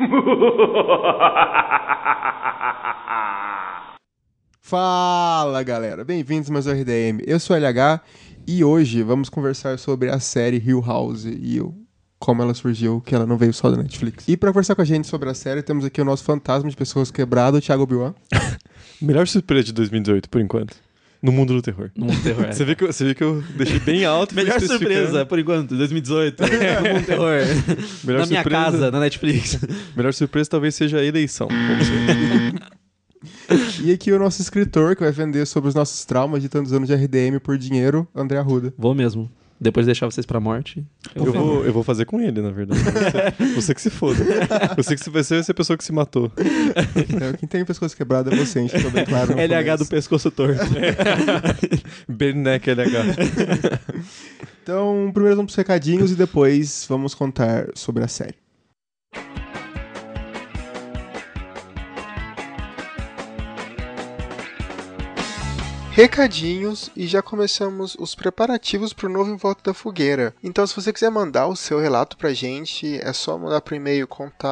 Fala galera, bem-vindos mais ao RDM. Eu sou o LH e hoje vamos conversar sobre a série Hill House e como ela surgiu, que ela não veio só da Netflix. E pra conversar com a gente sobre a série, temos aqui o nosso fantasma de pessoas quebrado, o Thiago Biuan. Melhor surpresa de 2018, por enquanto. No mundo do terror. No mundo do terror, é. Você viu que eu deixei bem alto. Melhor surpresa, por enquanto, 2018. No mundo do terror. Melhor na minha surpresa, casa, na Netflix. Melhor surpresa talvez seja a eleição. E aqui o nosso escritor, que vai vender sobre os nossos traumas de tantos anos de RDM por dinheiro, André Arruda. Vou mesmo. Depois de deixar vocês pra morte. Eu vou fazer com ele, na verdade. Você que se foda. Você que vai ser a pessoa que se matou. Então, quem tem pescoço quebrado é você, a gente ficou bem claro no LH começo. do pescoço torto. Berneck LH. Então, primeiro vamos pros recadinhos e depois vamos contar sobre a série. Recadinhos e já começamos os preparativos para o novo Em Volta da Fogueira. Então, se você quiser mandar o seu relato pra gente, é só mandar por e-mail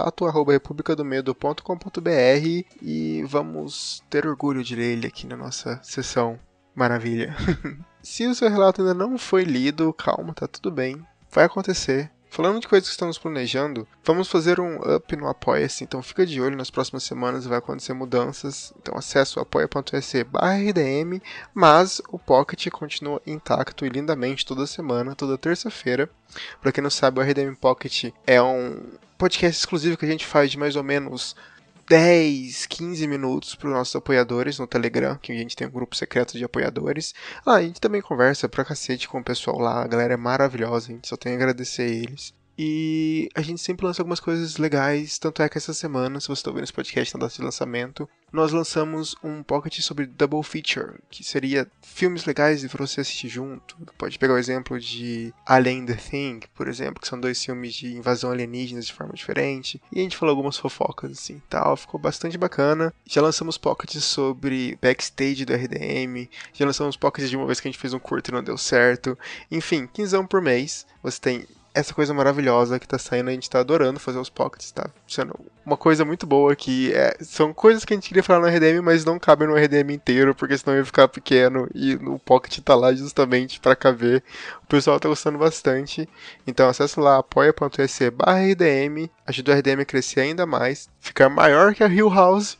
contato@republicadomedo.com.br e vamos ter orgulho de ler ele aqui na nossa sessão. Maravilha. Se o seu relato ainda não foi lido, calma, tá tudo bem. Vai acontecer. Falando de coisas que estamos planejando, vamos fazer um up no Apoia-se, então fica de olho, nas próximas semanas vai acontecer mudanças, então acesse o apoia.se/rdm, mas o Pocket continua intacto e lindamente toda semana, toda terça-feira. Para quem não sabe, o RDM Pocket é um podcast exclusivo que a gente faz de mais ou menos 10, 15 minutos para os nossos apoiadores no Telegram, que a gente tem um grupo secreto de apoiadores. A gente também conversa pra cacete com o pessoal lá, a galera é maravilhosa, a gente só tem a agradecer a eles. E a gente sempre lança algumas coisas legais, tanto é que essa semana, se você está ouvindo esse podcast na data de lançamento, nós lançamos um pocket sobre Double Feature, que seria filmes legais para você assistir junto. Pode pegar o exemplo de Alien the Thing, por exemplo, que são dois filmes de invasão alienígenas de forma diferente. E a gente falou algumas fofocas assim, tal, ficou bastante bacana. Já lançamos pockets sobre backstage do RDM, já lançamos pockets de uma vez que a gente fez um curto e não deu certo. Enfim, 15 por mês, você tem essa coisa maravilhosa que tá saindo, a gente tá adorando fazer os pockets, tá sendo uma coisa muito boa que são coisas que a gente queria falar no RDM, mas não cabem no RDM inteiro, porque senão ia ficar pequeno e o pocket tá lá justamente pra caber. O pessoal tá gostando bastante, então acessa lá apoia.se/RDM, ajuda o RDM a crescer ainda mais, ficar maior que a Hill House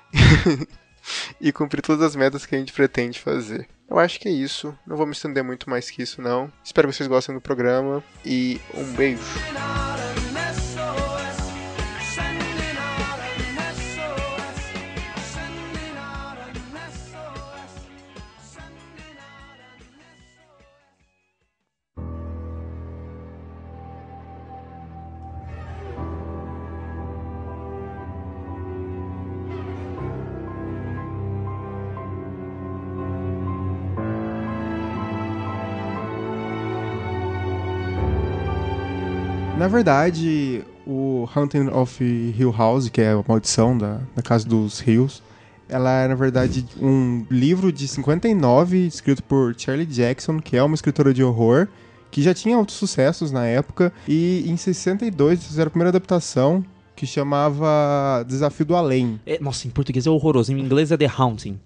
e cumprir todas as metas que a gente pretende fazer. Eu acho que é isso. Não vou me estender muito mais que isso, não. Espero que vocês gostem do programa. E um beijo. Na verdade, o Haunting of Hill House, que é a maldição da Casa dos Rios, ela é, na verdade, um livro de 59, escrito por Shirley Jackson, que é uma escritora de horror, que já tinha outros sucessos na época, e em 62 fizeram a primeira adaptação, que chamava Desafio do Além. Nossa, em português é horroroso, em inglês é The Haunting.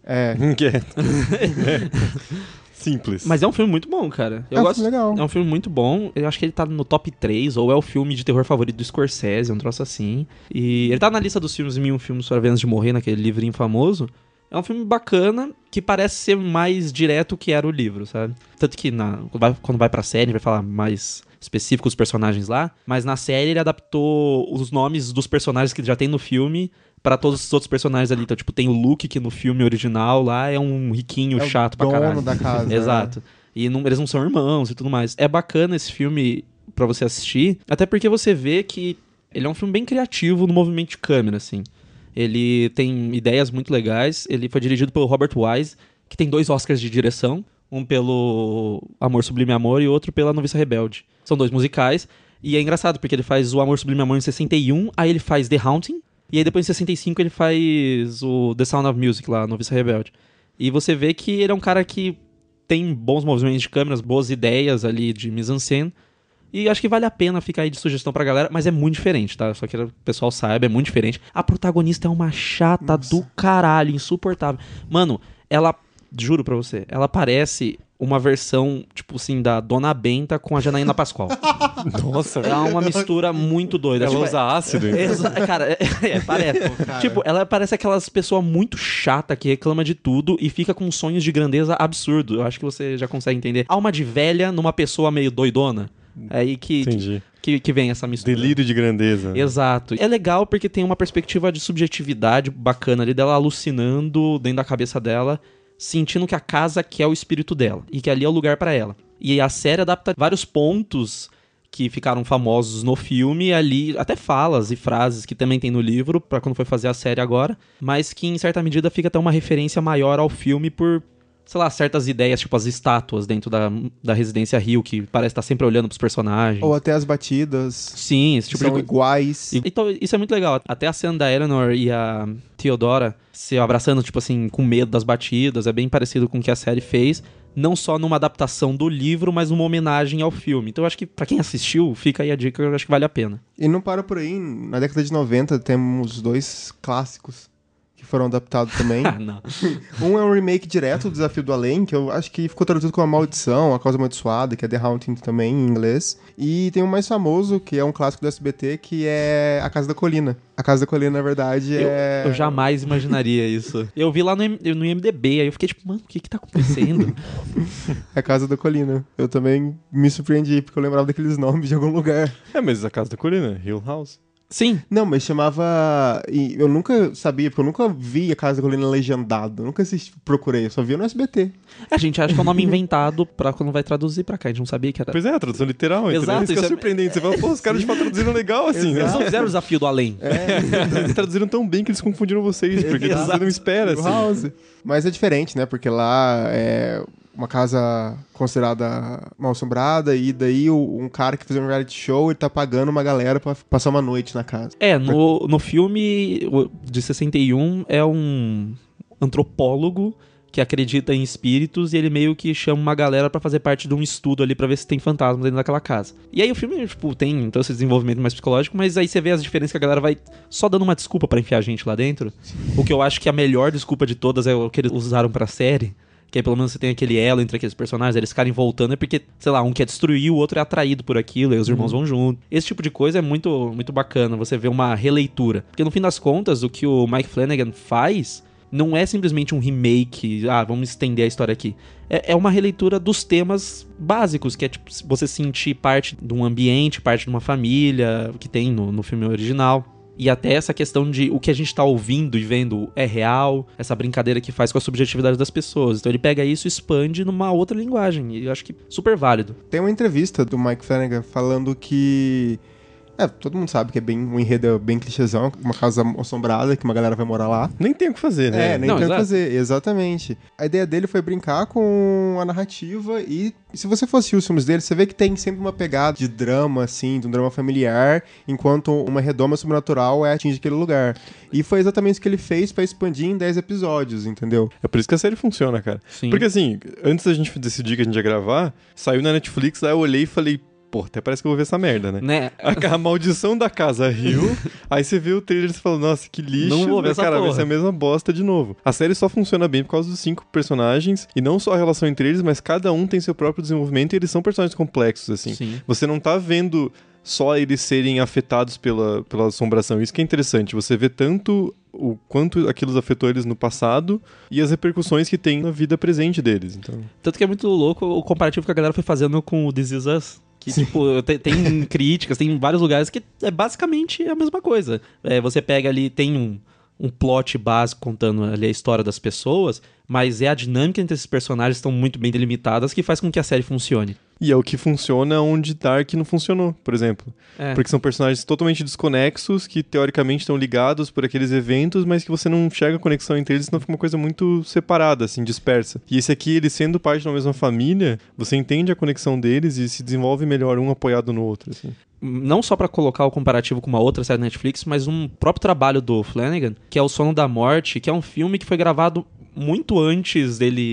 Simples. Mas é um filme muito bom, cara. Eu gosto. Legal. É um filme muito bom. Eu acho que ele tá no top 3, ou é o filme de terror favorito do Scorsese, um troço assim. E ele tá na lista dos filmes 1001 Filmes para Ver Antes de Morrer, naquele livrinho famoso. É um filme bacana, que parece ser mais direto que era o livro, sabe? Tanto que quando vai pra série, vai falar mais específico os personagens lá. Mas na série ele adaptou os nomes dos personagens que já tem no filme pra todos os outros personagens ali. Então, tipo, tem o Luke, que no filme original lá é um riquinho chato pra caralho. É o dono da casa. Exato. E eles não são irmãos e tudo mais. É bacana esse filme pra você assistir, até porque você vê que ele é um filme bem criativo no movimento de câmera, assim. Ele tem ideias muito legais. Ele foi dirigido pelo Robert Wise, que tem 2 Oscars de direção. Um pelo Amor Sublime Amor e outro pela Noviça Rebelde. São 2 musicais. E é engraçado, porque ele faz o Amor Sublime Amor em 61, aí ele faz The Haunting, e aí depois em 65 ele faz o The Sound of Music lá, Noviça Rebelde. E você vê que ele é um cara que tem bons movimentos de câmeras, boas ideias ali de mise-en-scène, E acho que vale a pena ficar aí de sugestão pra galera, mas é muito diferente, tá? Só que o pessoal saiba, é muito diferente. A protagonista é uma chata do caralho, insuportável. Mano, ela, juro pra você, ela parece uma versão, tipo assim, da Dona Benta com a Janaína Pascoal. Nossa, É uma mistura muito doida. ela Tipo, usa ácido. Então. Cara, parece. cara. Tipo, ela parece aquelas pessoas muito chata que reclama de tudo e fica com sonhos de grandeza absurdo. Eu acho que você já consegue entender. Alma de velha numa pessoa meio doidona. É aí Entendi. que vem essa mistura. Delírio de grandeza. Exato. É legal porque tem uma perspectiva de subjetividade bacana ali dela alucinando dentro da cabeça dela, sentindo que a casa quer o espírito dela e que ali é o lugar pra ela. E a série adapta vários pontos que ficaram famosos no filme ali, até falas e frases que também tem no livro, pra quando foi fazer a série agora, mas que em certa medida fica até uma referência maior ao filme por, sei lá, certas ideias, tipo as estátuas dentro da Residência Hill, que parece estar sempre olhando pros personagens. Ou até as batidas Sim, esse tipo são de iguais. Então, isso é muito legal. Até a cena da Eleanor e a Theodora se abraçando, tipo assim, com medo das batidas, é bem parecido com o que a série fez. Não só numa adaptação do livro, mas uma homenagem ao filme. Então eu acho que, pra quem assistiu, fica aí a dica, eu acho que vale a pena. E não para por aí, na década de 90 temos 2 clássicos que foram adaptados também. Ah, não. Um é um remake direto do Desafio do Além, que eu acho que ficou traduzido como A Maldição, A Causa Amaldiçoada, que é The Haunting também, em inglês. E tem um mais famoso, que é um clássico do SBT, que é A Casa da Colina. A Casa da Colina, na verdade, é... Eu jamais imaginaria isso. Eu vi lá no IMDb, aí eu fiquei tipo, mano, o que tá acontecendo? É A Casa da Colina. Eu também me surpreendi, porque eu lembrava daqueles nomes de algum lugar. É, mas a Casa da Colina, Hill House. Sim. Não, mas chamava... e eu nunca sabia, porque eu nunca vi A Casa da Colina legendado. Eu nunca procurei, eu só via no SBT. A gente acha que é um nome inventado pra quando vai traduzir pra cá. A gente não sabia que era. Pois é, a tradução literal, entendeu? Exato, Isso que é isso é- surpreendente. Você fala, pô, os caras de fato traduziram legal, assim, né? Eles não fizeram o Desafio do Além. Eles traduziram tão bem que eles confundiram vocês, porque Exato. você não espera, Hill assim. House. Mas é diferente, né? Porque lá é uma casa considerada mal-assombrada e daí um cara que fez um reality show, ele tá pagando uma galera pra passar uma noite na casa. No filme de 61 é um antropólogo que acredita em espíritos e ele meio que chama uma galera pra fazer parte de um estudo ali pra ver se tem fantasmas dentro daquela casa. E aí o filme, tipo, tem então esse desenvolvimento mais psicológico, mas aí você vê as diferenças que a galera vai só dando uma desculpa pra enfiar a gente lá dentro. O que eu acho que a melhor desculpa de todas é o que eles usaram pra série. Que aí pelo menos você tem aquele elo entre aqueles personagens, eles ficarem voltando é porque, sei lá, um quer destruir, o outro é atraído por aquilo, e os irmãos vão junto. Esse tipo de coisa é muito, muito bacana, você vê uma releitura. Porque no fim das contas, o que o Mike Flanagan faz não é simplesmente um remake, vamos estender a história aqui. É uma releitura dos temas básicos, que é tipo você sentir parte de um ambiente, parte de uma família, que tem no filme original. E até essa questão de o que a gente tá ouvindo e vendo é real, essa brincadeira que faz com a subjetividade das pessoas. Então ele pega isso e expande numa outra linguagem, e eu acho que super válido. Tem uma entrevista do Mike Flanagan falando que... todo mundo sabe que é um enredo bem clichêzão, uma casa assombrada, que uma galera vai morar lá. Nem tem o que fazer, né? Nem Não, tem o que exato. fazer, exatamente. A ideia dele foi brincar com a narrativa e se você for assistir os filmes dele, você vê que tem sempre uma pegada de drama, assim, de um drama familiar, enquanto uma redoma sobrenatural atinge aquele lugar. E foi exatamente isso que ele fez pra expandir em 10 episódios, entendeu? É por isso que a série funciona, cara. Sim. Porque assim, antes da gente decidir que a gente ia gravar, saiu na Netflix, aí eu olhei e falei, pô, até parece que eu vou ver essa merda, né? Né? A maldição da casa Hill, aí você vê o trailer e você fala, nossa, que lixo, Não vou ver né, essa cara, vai porra. ser a mesma bosta de novo. A série só funciona bem por causa dos 5 personagens, e não só a relação entre eles, mas cada um tem seu próprio desenvolvimento e eles são personagens complexos, assim. Sim. Você não tá vendo só eles serem afetados pela assombração, isso que é interessante, você vê tanto o quanto aquilo afetou eles no passado e as repercussões que tem na vida presente deles, então... Tanto que é muito louco o comparativo que a galera foi fazendo com o This Is Us. Que, tipo, tem críticas, tem vários lugares que é basicamente a mesma coisa. Você pega ali, tem um plot básico contando ali a história das pessoas, mas é a dinâmica entre esses personagens que estão muito bem delimitadas que faz com que a série funcione. E é o que funciona onde Dark não funcionou, por exemplo. É. Porque são personagens totalmente desconexos, que teoricamente estão ligados por aqueles eventos, mas que você não enxerga a conexão entre eles, senão fica uma coisa muito separada, assim, dispersa. E esse aqui, ele sendo parte da mesma família, você entende a conexão deles e se desenvolve melhor um apoiado no outro, assim. Não só pra colocar o comparativo com uma outra série da Netflix, mas um próprio trabalho do Flanagan, que é O Sono da Morte, que é um filme que foi gravado muito antes dele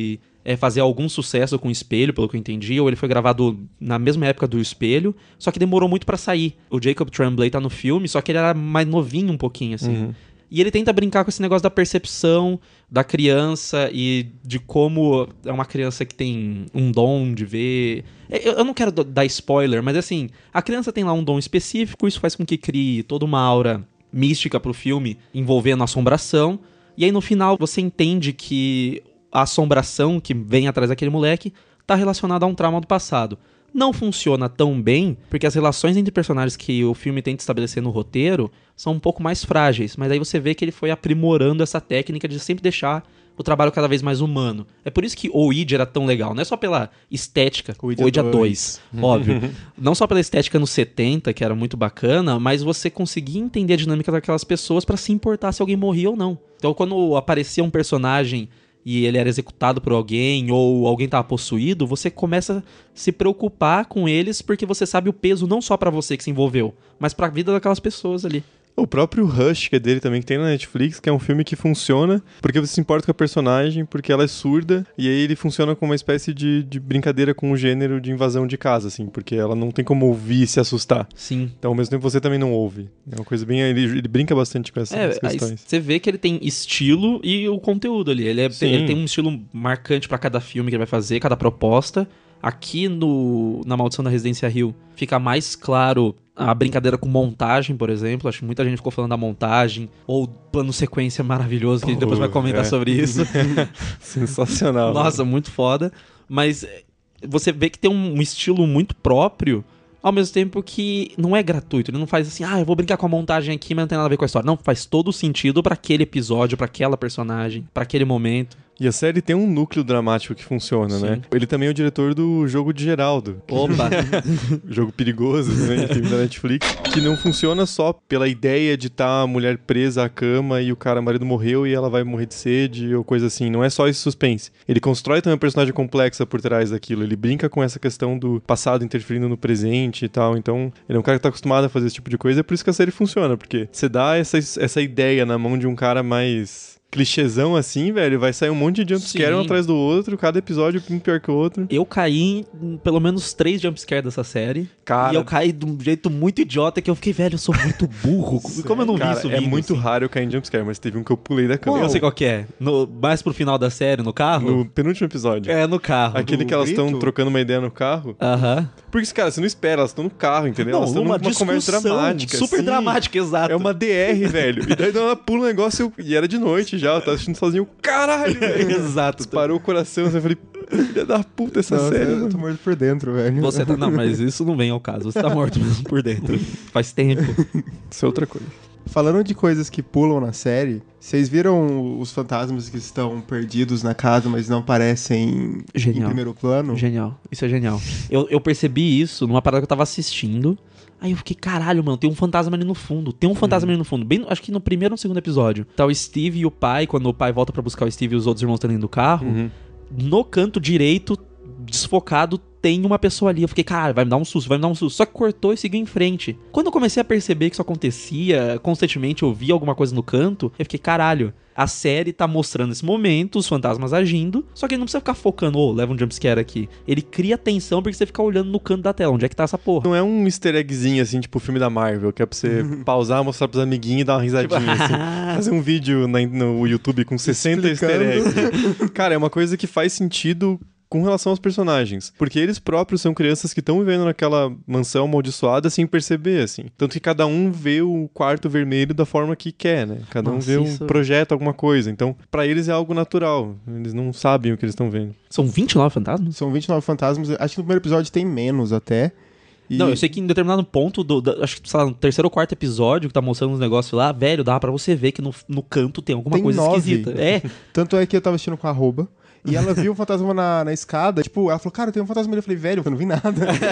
fazer algum sucesso com o Espelho, pelo que eu entendi, ou ele foi gravado na mesma época do Espelho, só que demorou muito pra sair. O Jacob Tremblay tá no filme, só que ele era mais novinho um pouquinho, assim. E ele tenta brincar com esse negócio da percepção da criança e de como é uma criança que tem um dom de ver. Eu não quero dar spoiler, mas assim, a criança tem lá um dom específico, isso faz com que crie toda uma aura mística pro filme envolvendo a assombração. E aí no final você entende que a assombração que vem atrás daquele moleque tá relacionada a um trauma do passado. Não funciona tão bem, porque as relações entre personagens que o filme tenta estabelecer no roteiro são um pouco mais frágeis, mas aí você vê que ele foi aprimorando essa técnica de sempre deixar o trabalho cada vez mais humano. É por isso que o Ouija era tão legal, não é só pela estética, o Ouija 2, óbvio. Não só pela estética nos 70, que era muito bacana, mas você conseguia entender a dinâmica daquelas pessoas pra se importar se alguém morria ou não. Então quando aparecia um personagem e ele era executado por alguém, ou alguém tava possuído, você começa a se preocupar com eles, porque você sabe o peso não só pra você que se envolveu, mas pra vida daquelas pessoas ali. O próprio Rush, que é dele também, que tem na Netflix, que é um filme que funciona porque você se importa com a personagem, porque ela é surda, e aí ele funciona como uma espécie de brincadeira com o gênero de invasão de casa, assim, porque ela não tem como ouvir e se assustar. Sim. Então, ao mesmo tempo, você também não ouve. É uma coisa bem... Ele brinca bastante com essas questões. Você vê que ele tem estilo e o conteúdo ali. Ele tem um estilo marcante pra cada filme que ele vai fazer, cada proposta. Aqui na Maldição da Residência Hill fica mais claro a brincadeira com montagem, por exemplo. Acho que muita gente ficou falando da montagem. Ou plano sequência maravilhoso, que a gente depois vai comentar sobre isso. Sensacional. Nossa, muito foda. Mas você vê que tem um estilo muito próprio, ao mesmo tempo que não é gratuito. Ele não faz assim, eu vou brincar com a montagem aqui, mas não tem nada a ver com a história. Não, faz todo sentido pra aquele episódio, pra aquela personagem, pra aquele momento. E a série tem um núcleo dramático que funciona, né? Ele também é o diretor do Jogo de Geraldo. Opa! Jogo perigoso, né? Filme da Netflix. Que não funciona só pela ideia de estar a mulher presa à cama e o marido morreu e ela vai morrer de sede ou coisa assim. Não é só esse suspense. Ele constrói também uma personagem complexa por trás daquilo. Ele brinca com essa questão do passado interferindo no presente e tal. Então, ele é um cara que tá acostumado a fazer esse tipo de coisa. É por isso que a série funciona. Porque você dá essa ideia na mão de um cara mais clichêzão assim, velho, vai sair um monte de jumpscare um atrás do outro, cada episódio um pior que o outro. Eu caí em pelo menos 3 jumpscares dessa série. Cara, e eu caí de um jeito muito idiota que eu fiquei, velho, eu sou muito burro. Como eu não vi isso vindo, é muito assim? Raro eu cair em jumpscare, mas teve um que eu pulei da cama. Eu sei qual que é. Mais pro final da série, no carro? No penúltimo episódio. É, no carro. Aquele que elas estão trocando uma ideia no carro. Porque, cara, você não espera, elas estão no carro, entendeu? Não, elas estão numa conversa dramática. Super dramática, exato. É uma DR, velho. E daí ela pula um negócio e era de noite já, eu tava assistindo sozinho. Caralho, velho. Exato. Disparou o coração, eu falei, filha da puta essa série. Eu tô morto por dentro, velho. Você tá... Não, mas isso não vem ao caso. Você tá morto mesmo por dentro. Faz tempo. Isso é outra coisa. Falando de coisas que pulam na série, vocês viram os fantasmas que estão perdidos na casa, mas não aparecem em primeiro plano? Genial. Isso é genial. Eu percebi isso numa parada que eu tava assistindo. Aí eu fiquei, caralho, mano, tem um fantasma ali no fundo. Tem um fantasma ali no fundo. Bem, acho que no primeiro ou no segundo episódio. Tá o Steve e o pai, quando o pai volta pra buscar o Steve e os outros irmãos estão dentro do carro. No canto direito, desfocado, tem uma pessoa ali. Eu fiquei, caralho, vai me dar um susto, vai me dar um susto. Só que cortou e seguiu em frente. Quando eu comecei a perceber que isso acontecia, constantemente eu via alguma coisa no canto, eu fiquei, caralho, a série tá mostrando esse momento, os fantasmas agindo, só que ele não precisa ficar focando, leva um jumpscare aqui. Ele cria tensão porque você fica olhando no canto da tela, onde é que tá essa porra. Não é um easter eggzinho, assim, tipo o filme da Marvel, que é pra você pausar, mostrar pros amiguinhos e dar uma risadinha, assim. Fazer um vídeo no YouTube com 60 easter eggs. Cara, é uma coisa que faz sentido com relação aos personagens. Porque eles próprios são crianças que estão vivendo naquela mansão amaldiçoada sem perceber, assim. Tanto que cada um vê o quarto vermelho da forma que quer, né? Cada um vê um projeto, alguma coisa. Então, pra eles é algo natural. Eles não sabem o que eles estão vendo. São 29 fantasmas? São 29 fantasmas. Acho que no primeiro episódio tem menos até. Não, eu sei que em determinado ponto, acho que, sei lá, no terceiro ou quarto episódio, que tá mostrando uns negócios lá, velho, dá pra você ver que no canto tem alguma coisa 9. Esquisita. É. Tanto é que eu tava assistindo com a arroba. E ela viu um fantasma na escada. Tipo, ela falou, cara, tem um fantasma ali. Eu falei, velho, eu não vi nada.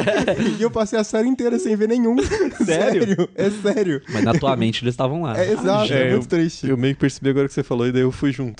E eu passei a série inteira sem ver nenhum. Sério? É sério. Mas na tua mente eles estavam lá. É exato, é muito triste. Eu meio que percebi agora que você falou e daí eu fui junto.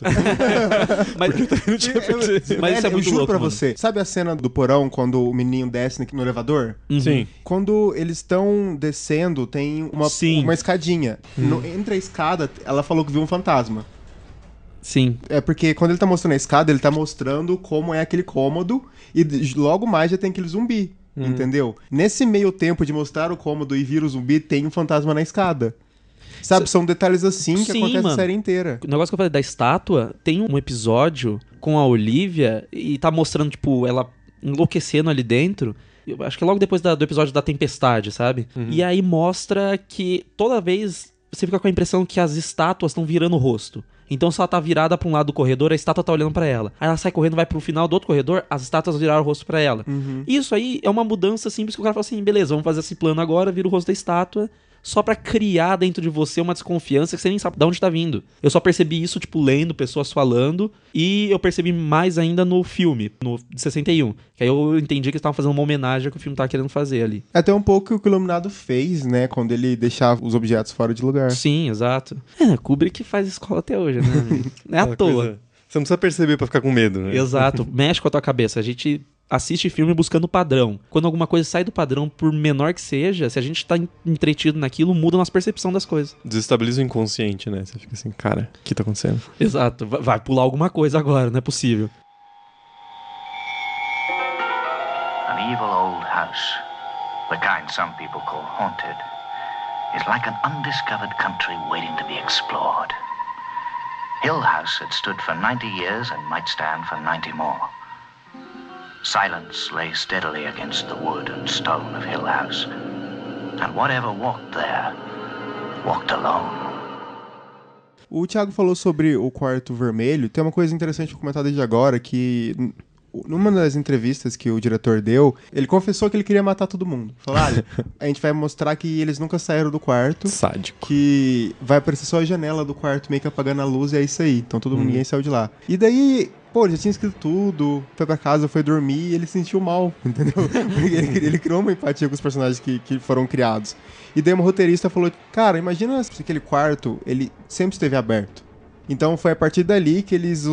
Mas eu também não tinha percebido. Mas isso é muito juro louco, pra mano. Você. Sabe a cena do porão, quando o menininho desce no elevador? Sim. Quando eles estão descendo, tem uma escadinha. Entre a escada, ela falou que viu um fantasma. Sim. É porque quando ele tá mostrando a escada, ele tá mostrando como é aquele cômodo e logo mais já tem aquele zumbi, entendeu? Nesse meio tempo de mostrar o cômodo e vir o zumbi, tem um fantasma na escada. Sabe, são detalhes assim que Sim, acontecem mano. a série inteira. O negócio que eu falei da estátua, tem um episódio com a Olivia e tá mostrando, tipo, ela enlouquecendo ali dentro. Eu acho que é logo depois do episódio da tempestade, sabe? E aí mostra que toda vez você fica com a impressão que as estátuas estão virando o rosto. Então, se ela tá virada pra um lado do corredor, a estátua tá olhando pra ela. Aí ela sai correndo, vai pro final do outro corredor, as estátuas viraram o rosto pra ela. Isso aí é uma mudança simples que o cara fala assim, beleza, vamos fazer esse plano agora, vira o rosto da estátua, só pra criar dentro de você uma desconfiança que você nem sabe de onde tá vindo. Eu só percebi isso, tipo, lendo, pessoas falando, e eu percebi mais ainda no filme, no de 61. Que aí eu entendi que eles estavam fazendo uma homenagem que o filme tava querendo fazer ali. Até um pouco o que o Iluminado fez, né? Quando ele deixava os objetos fora de lugar. Sim, exato. Kubrick faz escola até hoje, né? Não é à toa. Você não precisa perceber pra ficar com medo, né? Exato. Mexe com a tua cabeça. A gente assiste filme buscando padrão. Quando alguma coisa sai do padrão, por menor que seja, se a gente tá entretido naquilo, muda a nossa percepção das coisas. Desestabiliza o inconsciente, né? Você fica assim, cara, o que tá acontecendo? Exato. Vai pular alguma coisa agora, não é possível. An evil old house, the kind some people call haunted, is like an undiscovered country waiting to be explored. Hill House had stood for 90 years and might stand for 90 more. Silence lay steadily against the wood and stone of Hill House, and whatever walked there, walked alone. O Thiago falou sobre o quarto vermelho. Tem uma coisa interessante pra comentar desde agora, que numa das entrevistas que o diretor deu, ele confessou que ele queria matar todo mundo. Falou, olha, a gente vai mostrar que eles nunca saíram do quarto. Sádico. Que vai aparecer só a janela do quarto meio que apagando a luz e é isso aí. Então todo mundo, ninguém saiu de lá. E daí, pô, ele já tinha escrito tudo, foi pra casa, foi dormir e ele se sentiu mal, entendeu? Porque ele criou uma empatia com os personagens que foram criados. E daí uma roteirista falou, cara, imagina se aquele quarto, ele sempre esteve aberto. Então foi a partir dali que eles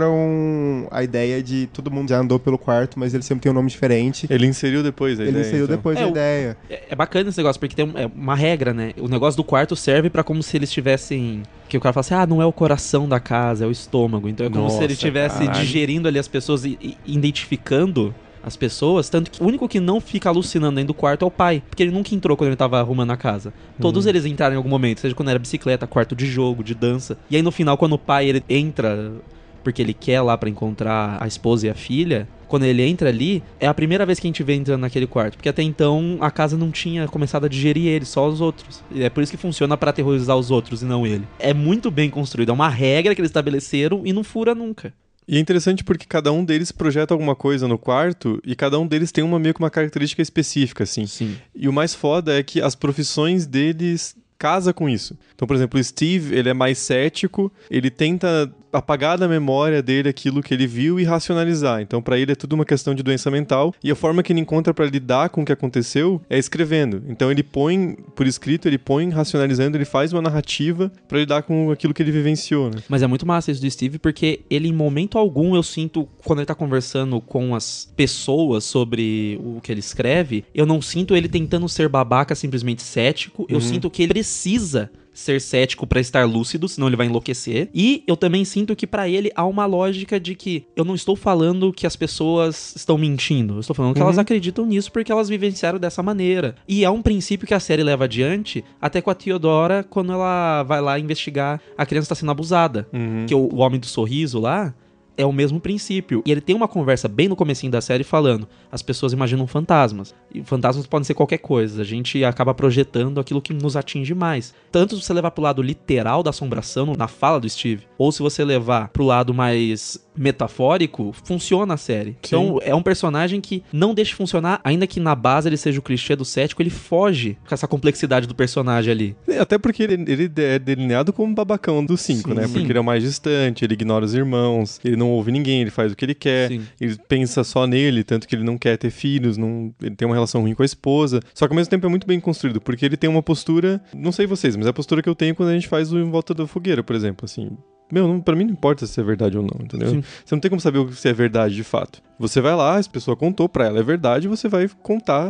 usaram a ideia de todo mundo já andou pelo quarto, mas ele sempre tem um nome diferente. Ele inseriu depois a Ele ideia. inseriu então. depois a ideia. É bacana esse negócio, porque tem uma regra, né? O negócio do quarto serve pra como se eles tivessem... Que o cara fala assim, não é o coração da casa, é o estômago. Então é como se ele estivesse digerindo ali as pessoas e identificando as pessoas, tanto que o único que não fica alucinando dentro do quarto é o pai, porque ele nunca entrou quando ele tava arrumando a casa. Todos eles entraram em algum momento, seja quando era bicicleta, quarto de jogo, de dança. E aí no final, quando o pai ele entra, porque ele quer lá pra encontrar a esposa e a filha, quando ele entra ali, é a primeira vez que a gente vê entrando naquele quarto, porque até então a casa não tinha começado a digerir ele, só os outros. E é por isso que funciona pra aterrorizar os outros e não ele. É muito bem construído, é uma regra que eles estabeleceram e não fura nunca. E é interessante porque cada um deles projeta alguma coisa no quarto e cada um deles tem meio que uma característica específica, assim. Sim. E o mais foda é que as profissões deles casa com isso. Então, por exemplo, o Steve, ele é mais cético, ele tenta apagar da memória dele aquilo que ele viu e racionalizar. Então, pra ele é tudo uma questão de doença mental e a forma que ele encontra pra lidar com o que aconteceu é escrevendo. Então, ele põe por escrito, ele põe racionalizando, ele faz uma narrativa pra lidar com aquilo que ele vivenciou, né? Mas é muito massa isso do Steve, porque ele em momento algum, eu sinto, quando ele tá conversando com as pessoas sobre o que ele escreve, eu não sinto ele tentando ser babaca, simplesmente cético. Eu sinto que ele precisa ser cético pra estar lúcido, senão ele vai enlouquecer. E eu também sinto que pra ele há uma lógica de que eu não estou falando que as pessoas estão mentindo, eu estou falando que elas acreditam nisso porque elas vivenciaram dessa maneira. E é um princípio que a série leva adiante, até com a Theodora, quando ela vai lá investigar a criança tá sendo abusada. Que o homem do sorriso lá é o mesmo princípio. E ele tem uma conversa bem no comecinho da série falando, as pessoas imaginam fantasmas. E fantasmas podem ser qualquer coisa. A gente acaba projetando aquilo que nos atinge mais. Tanto se você levar pro lado literal da assombração, na fala do Steve, ou se você levar pro lado mais metafórico, funciona a série. Então é um personagem que não deixa de funcionar, ainda que na base ele seja o clichê do cético, ele foge com essa complexidade do personagem ali. Até porque ele é delineado como babacão dos 5, né? Sim. Porque ele é o mais distante, ele ignora os irmãos, ele não ouve ninguém, ele faz o que ele quer, Sim. ele pensa só nele, tanto que ele não quer ter filhos, ele tem uma relação ruim com a esposa. Só que ao mesmo tempo é muito bem construído, porque ele tem uma postura, não sei vocês, mas é a postura que eu tenho quando a gente faz o Em Volta da Fogueira, por exemplo, assim. Pra mim não importa se é verdade ou não, entendeu? Sim. Você não tem como saber se é verdade de fato. Você vai lá, a pessoa contou pra ela, é verdade, você vai contar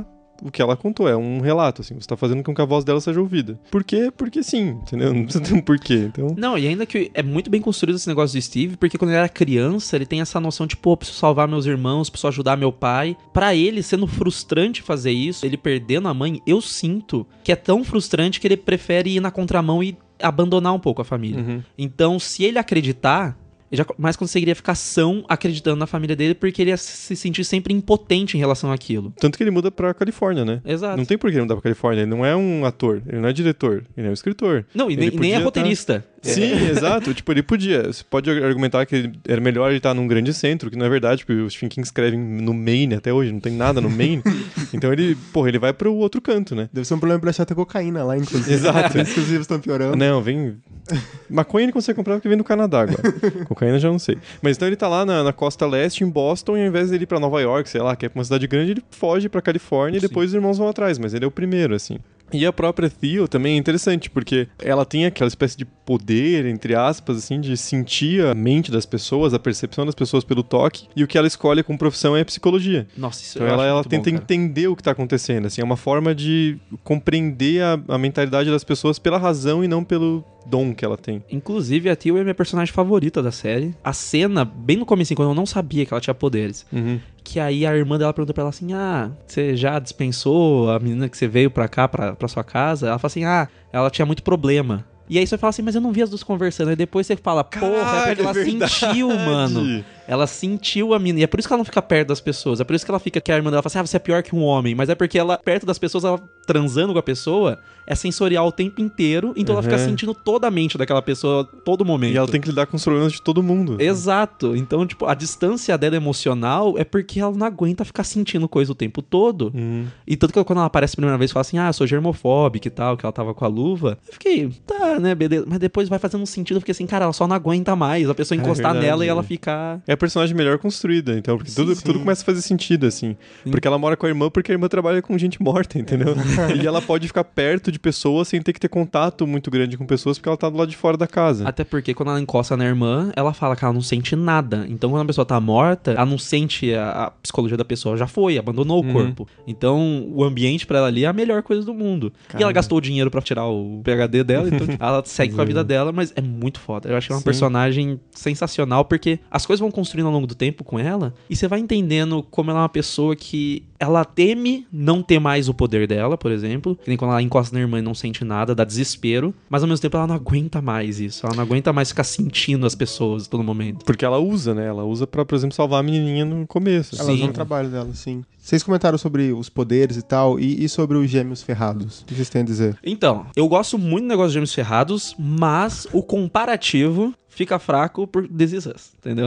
o que ela contou, é um relato, assim, você tá fazendo com que a voz dela seja ouvida. Por quê? Porque sim, entendeu? Não precisa ter um porquê, então... Não, e ainda que é muito bem construído esse negócio do Steve, porque quando ele era criança, ele tem essa noção de, pô, preciso salvar meus irmãos, preciso ajudar meu pai. Pra ele, sendo frustrante fazer isso, ele perdendo a mãe, eu sinto que é tão frustrante que ele prefere ir na contramão e abandonar um pouco a família. Então, se ele acreditar, ele jamais conseguiria ficar são acreditando na família dele, porque ele ia se sentir sempre impotente em relação àquilo. Tanto que ele muda pra Califórnia, né? Exato. Não tem por que ele mudar pra Califórnia. Ele não é um ator, ele não é diretor, ele é um escritor. Não, e nem é roteirista. Sim, exato. Tipo, ele podia. Você pode argumentar que era melhor ele estar num grande centro, que não é verdade, porque os Stephen King escrevem no Maine até hoje, não tem nada no Maine. Então ele vai pro outro canto, né? Deve ser um problema pra achar até cocaína lá, inclusive. Exato. Por isso que os livros estão piorando. Não, vem... Maconha ele consegue comprar porque vem do Canadá agora. Cocaína já não sei. Mas então ele tá lá na costa leste, em Boston, e ao invés dele ir pra Nova York, sei lá, que é uma cidade grande, ele foge pra Califórnia e depois os irmãos vão atrás, mas ele é o primeiro, assim. E a própria Theo também é interessante, porque ela tem aquela espécie de poder, entre aspas, assim, de sentir a mente das pessoas, a percepção das pessoas pelo toque, e o que ela escolhe como profissão é psicologia. Nossa, isso então eu acho ela muito tenta bom, cara. entender o que tá acontecendo, assim, é uma forma de compreender a mentalidade das pessoas pela razão e não pelo dom que ela tem. Inclusive, a Theo é minha personagem favorita da série. A cena, bem no começo, quando eu não sabia que ela tinha poderes, que aí a irmã dela pergunta pra ela assim, você já dispensou a menina que você veio pra cá, pra sua casa? Ela fala assim, ela tinha muito problema. E aí você fala assim, mas eu não vi as duas conversando. Aí depois você fala, porra, é porque ela sentiu, mano. Ela sentiu a menina. E é por isso que ela não fica perto das pessoas. É por isso que ela fica, que a irmã dela fala assim, você é pior que um homem. Mas é porque ela, perto das pessoas, ela transando com a pessoa, é sensorial o tempo inteiro. Então ela fica sentindo toda a mente daquela pessoa, todo momento. E ela tem que lidar com os problemas de todo mundo. Exato. Então, tipo, a distância dela emocional é porque ela não aguenta ficar sentindo coisa o tempo todo. E tanto que quando ela aparece a primeira vez, fala assim, eu sou germofóbica e tal, que ela tava com a luva. Eu fiquei, tá, né, beleza. Mas depois vai fazendo sentido, eu fiquei assim, cara, ela só não aguenta mais a pessoa encostar nela e ela ficar... É a personagem melhor construída, então, porque tudo começa a fazer sentido, assim. Porque ela mora com a irmã, porque a irmã trabalha com gente morta, entendeu? E ela pode ficar perto de pessoas sem ter que ter contato muito grande com pessoas, porque ela tá do lado de fora da casa. Até porque quando ela encosta na irmã, ela fala que ela não sente nada. Então quando a pessoa tá morta, ela não sente a psicologia da pessoa, já foi, abandonou o corpo. Então o ambiente pra ela ali é a melhor coisa do mundo. Caramba. E ela gastou o dinheiro pra tirar o PhD dela, então ela segue com a vida dela, mas é muito foda. Eu acho que é uma personagem sensacional, porque as coisas vão construindo ao longo do tempo com ela, e você vai entendendo como ela é uma pessoa que ela teme não ter mais o poder dela, por exemplo, que nem quando ela encosta na irmã e não sente nada, dá desespero, mas ao mesmo tempo ela não aguenta mais isso, ela não aguenta mais ficar sentindo as pessoas a todo momento. Porque ela usa, né? Ela usa pra, por exemplo, salvar a menininha no começo. Ela usa no trabalho dela, sim. Vocês comentaram sobre os poderes e tal, e sobre os gêmeos ferrados. O que vocês têm a dizer? Então, eu gosto muito do negócio de gêmeos ferrados, mas o comparativo fica fraco por This Is Us, entendeu?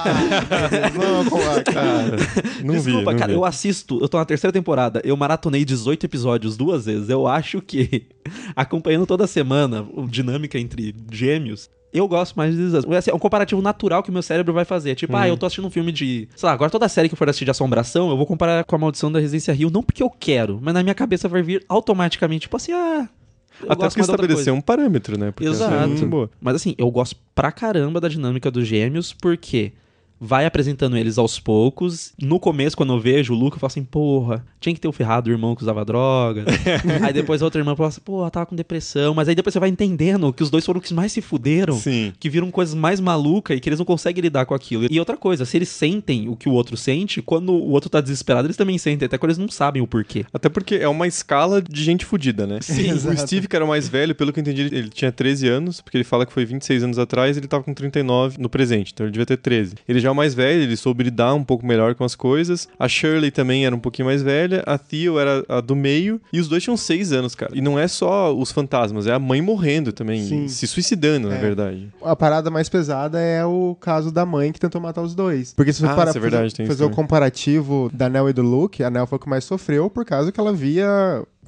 Cara, Desculpa, cara, vi. eu tô na terceira temporada, eu maratonei 18 episódios 2 vezes, eu acho que, acompanhando toda semana a dinâmica entre gêmeos, eu gosto mais de This Is Us. Assim, é um comparativo natural que o meu cérebro vai fazer. Tipo, eu tô assistindo um filme de... Sei lá, agora toda série que eu for assistir de assombração, eu vou comparar com a Maldição da Residência Hill, não porque eu quero, mas na minha cabeça vai vir automaticamente, tipo assim, até porque estabeleceu um parâmetro, né? Porque exato. é muito boa. Mas assim, eu gosto pra caramba da dinâmica dos gêmeos, porque vai apresentando eles aos poucos. No começo, quando eu vejo o Luca, eu falo assim, porra, tinha que ter o ferrado o irmão que usava droga. Aí depois a outra irmã fala assim, porra, tava com depressão. Mas aí depois você vai entendendo que os dois foram os que mais se fuderam. Sim. Que viram coisas mais malucas e que eles não conseguem lidar com aquilo. E outra coisa, se eles sentem o que o outro sente, quando o outro tá desesperado, eles também sentem, até quando eles não sabem o porquê. Até porque é uma escala de gente fudida, né? Sim, o Steve, que era o mais velho, pelo que eu entendi, ele tinha 13 anos, porque ele fala que foi 26 anos atrás, ele tava com 39 no presente, então ele devia ter 13. Ele já é o mais velho, ele soube lidar um pouco melhor com as coisas. A Shirley também era um pouquinho mais velha, a Theo era a do meio, e os dois tinham 6 anos, cara. E não é só os fantasmas, é a mãe morrendo também, se suicidando, na verdade. A parada mais pesada é o caso da mãe que tentou matar os dois. Porque se você parar pra fazer o comparativo da Nell e do Luke, a Nell foi o que mais sofreu por causa que ela via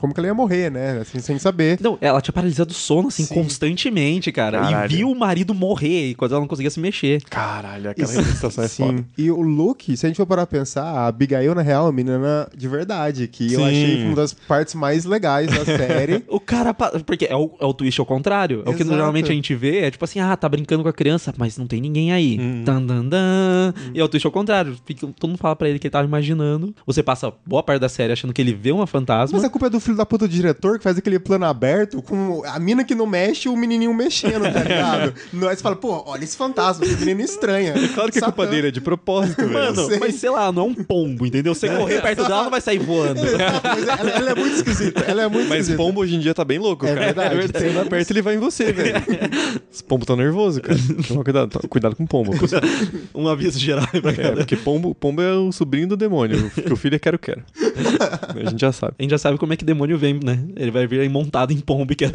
como que ela ia morrer, né? Assim, sem saber. Não, ela tinha paralisado o sono, assim, Sim. constantemente, cara. Caralho. E viu o marido morrer e quando ela não conseguia se mexer. Caralho, aquela representação é foda. Sim. E o Luke, se a gente for parar pra pensar, a Abigail, na real, é uma menina de verdade, que eu Sim. achei uma das partes mais legais da série. O cara... Porque é o twist ao contrário. É o que Exato. geralmente a gente vê. É tipo assim, tá brincando com a criança, mas não tem ninguém aí. Dan, dan, dan. E é o twist ao contrário. Todo mundo fala pra ele que ele tava imaginando. Você passa boa parte da série achando que ele vê uma fantasma. Mas a culpa é do filho da puta do diretor que faz aquele plano aberto com a mina que não mexe e o menininho mexendo, tá ligado? Aí você fala, pô, olha esse fantasma, esse menino estranha. Claro que a culpa dele é de propósito, velho. Mano, sei. mas sei lá, não é um pombo, entendeu? Você correr perto dela, não vai sair voando. Mas ela é muito esquisita. Ela é muito Mas esquisita. pombo hoje em dia tá bem louco, É cara. verdade. Você anda perto, ele vai em você, velho. Esse pombo tá nervoso, cara. Toma cuidado com pombo. Um aviso geral aí pra galera. Porque pombo é o sobrinho do demônio. O filho é quero-quero. A gente já sabe. A gente já sabe como é que demônio vem, né? Ele vai vir aí montado em pombo, que é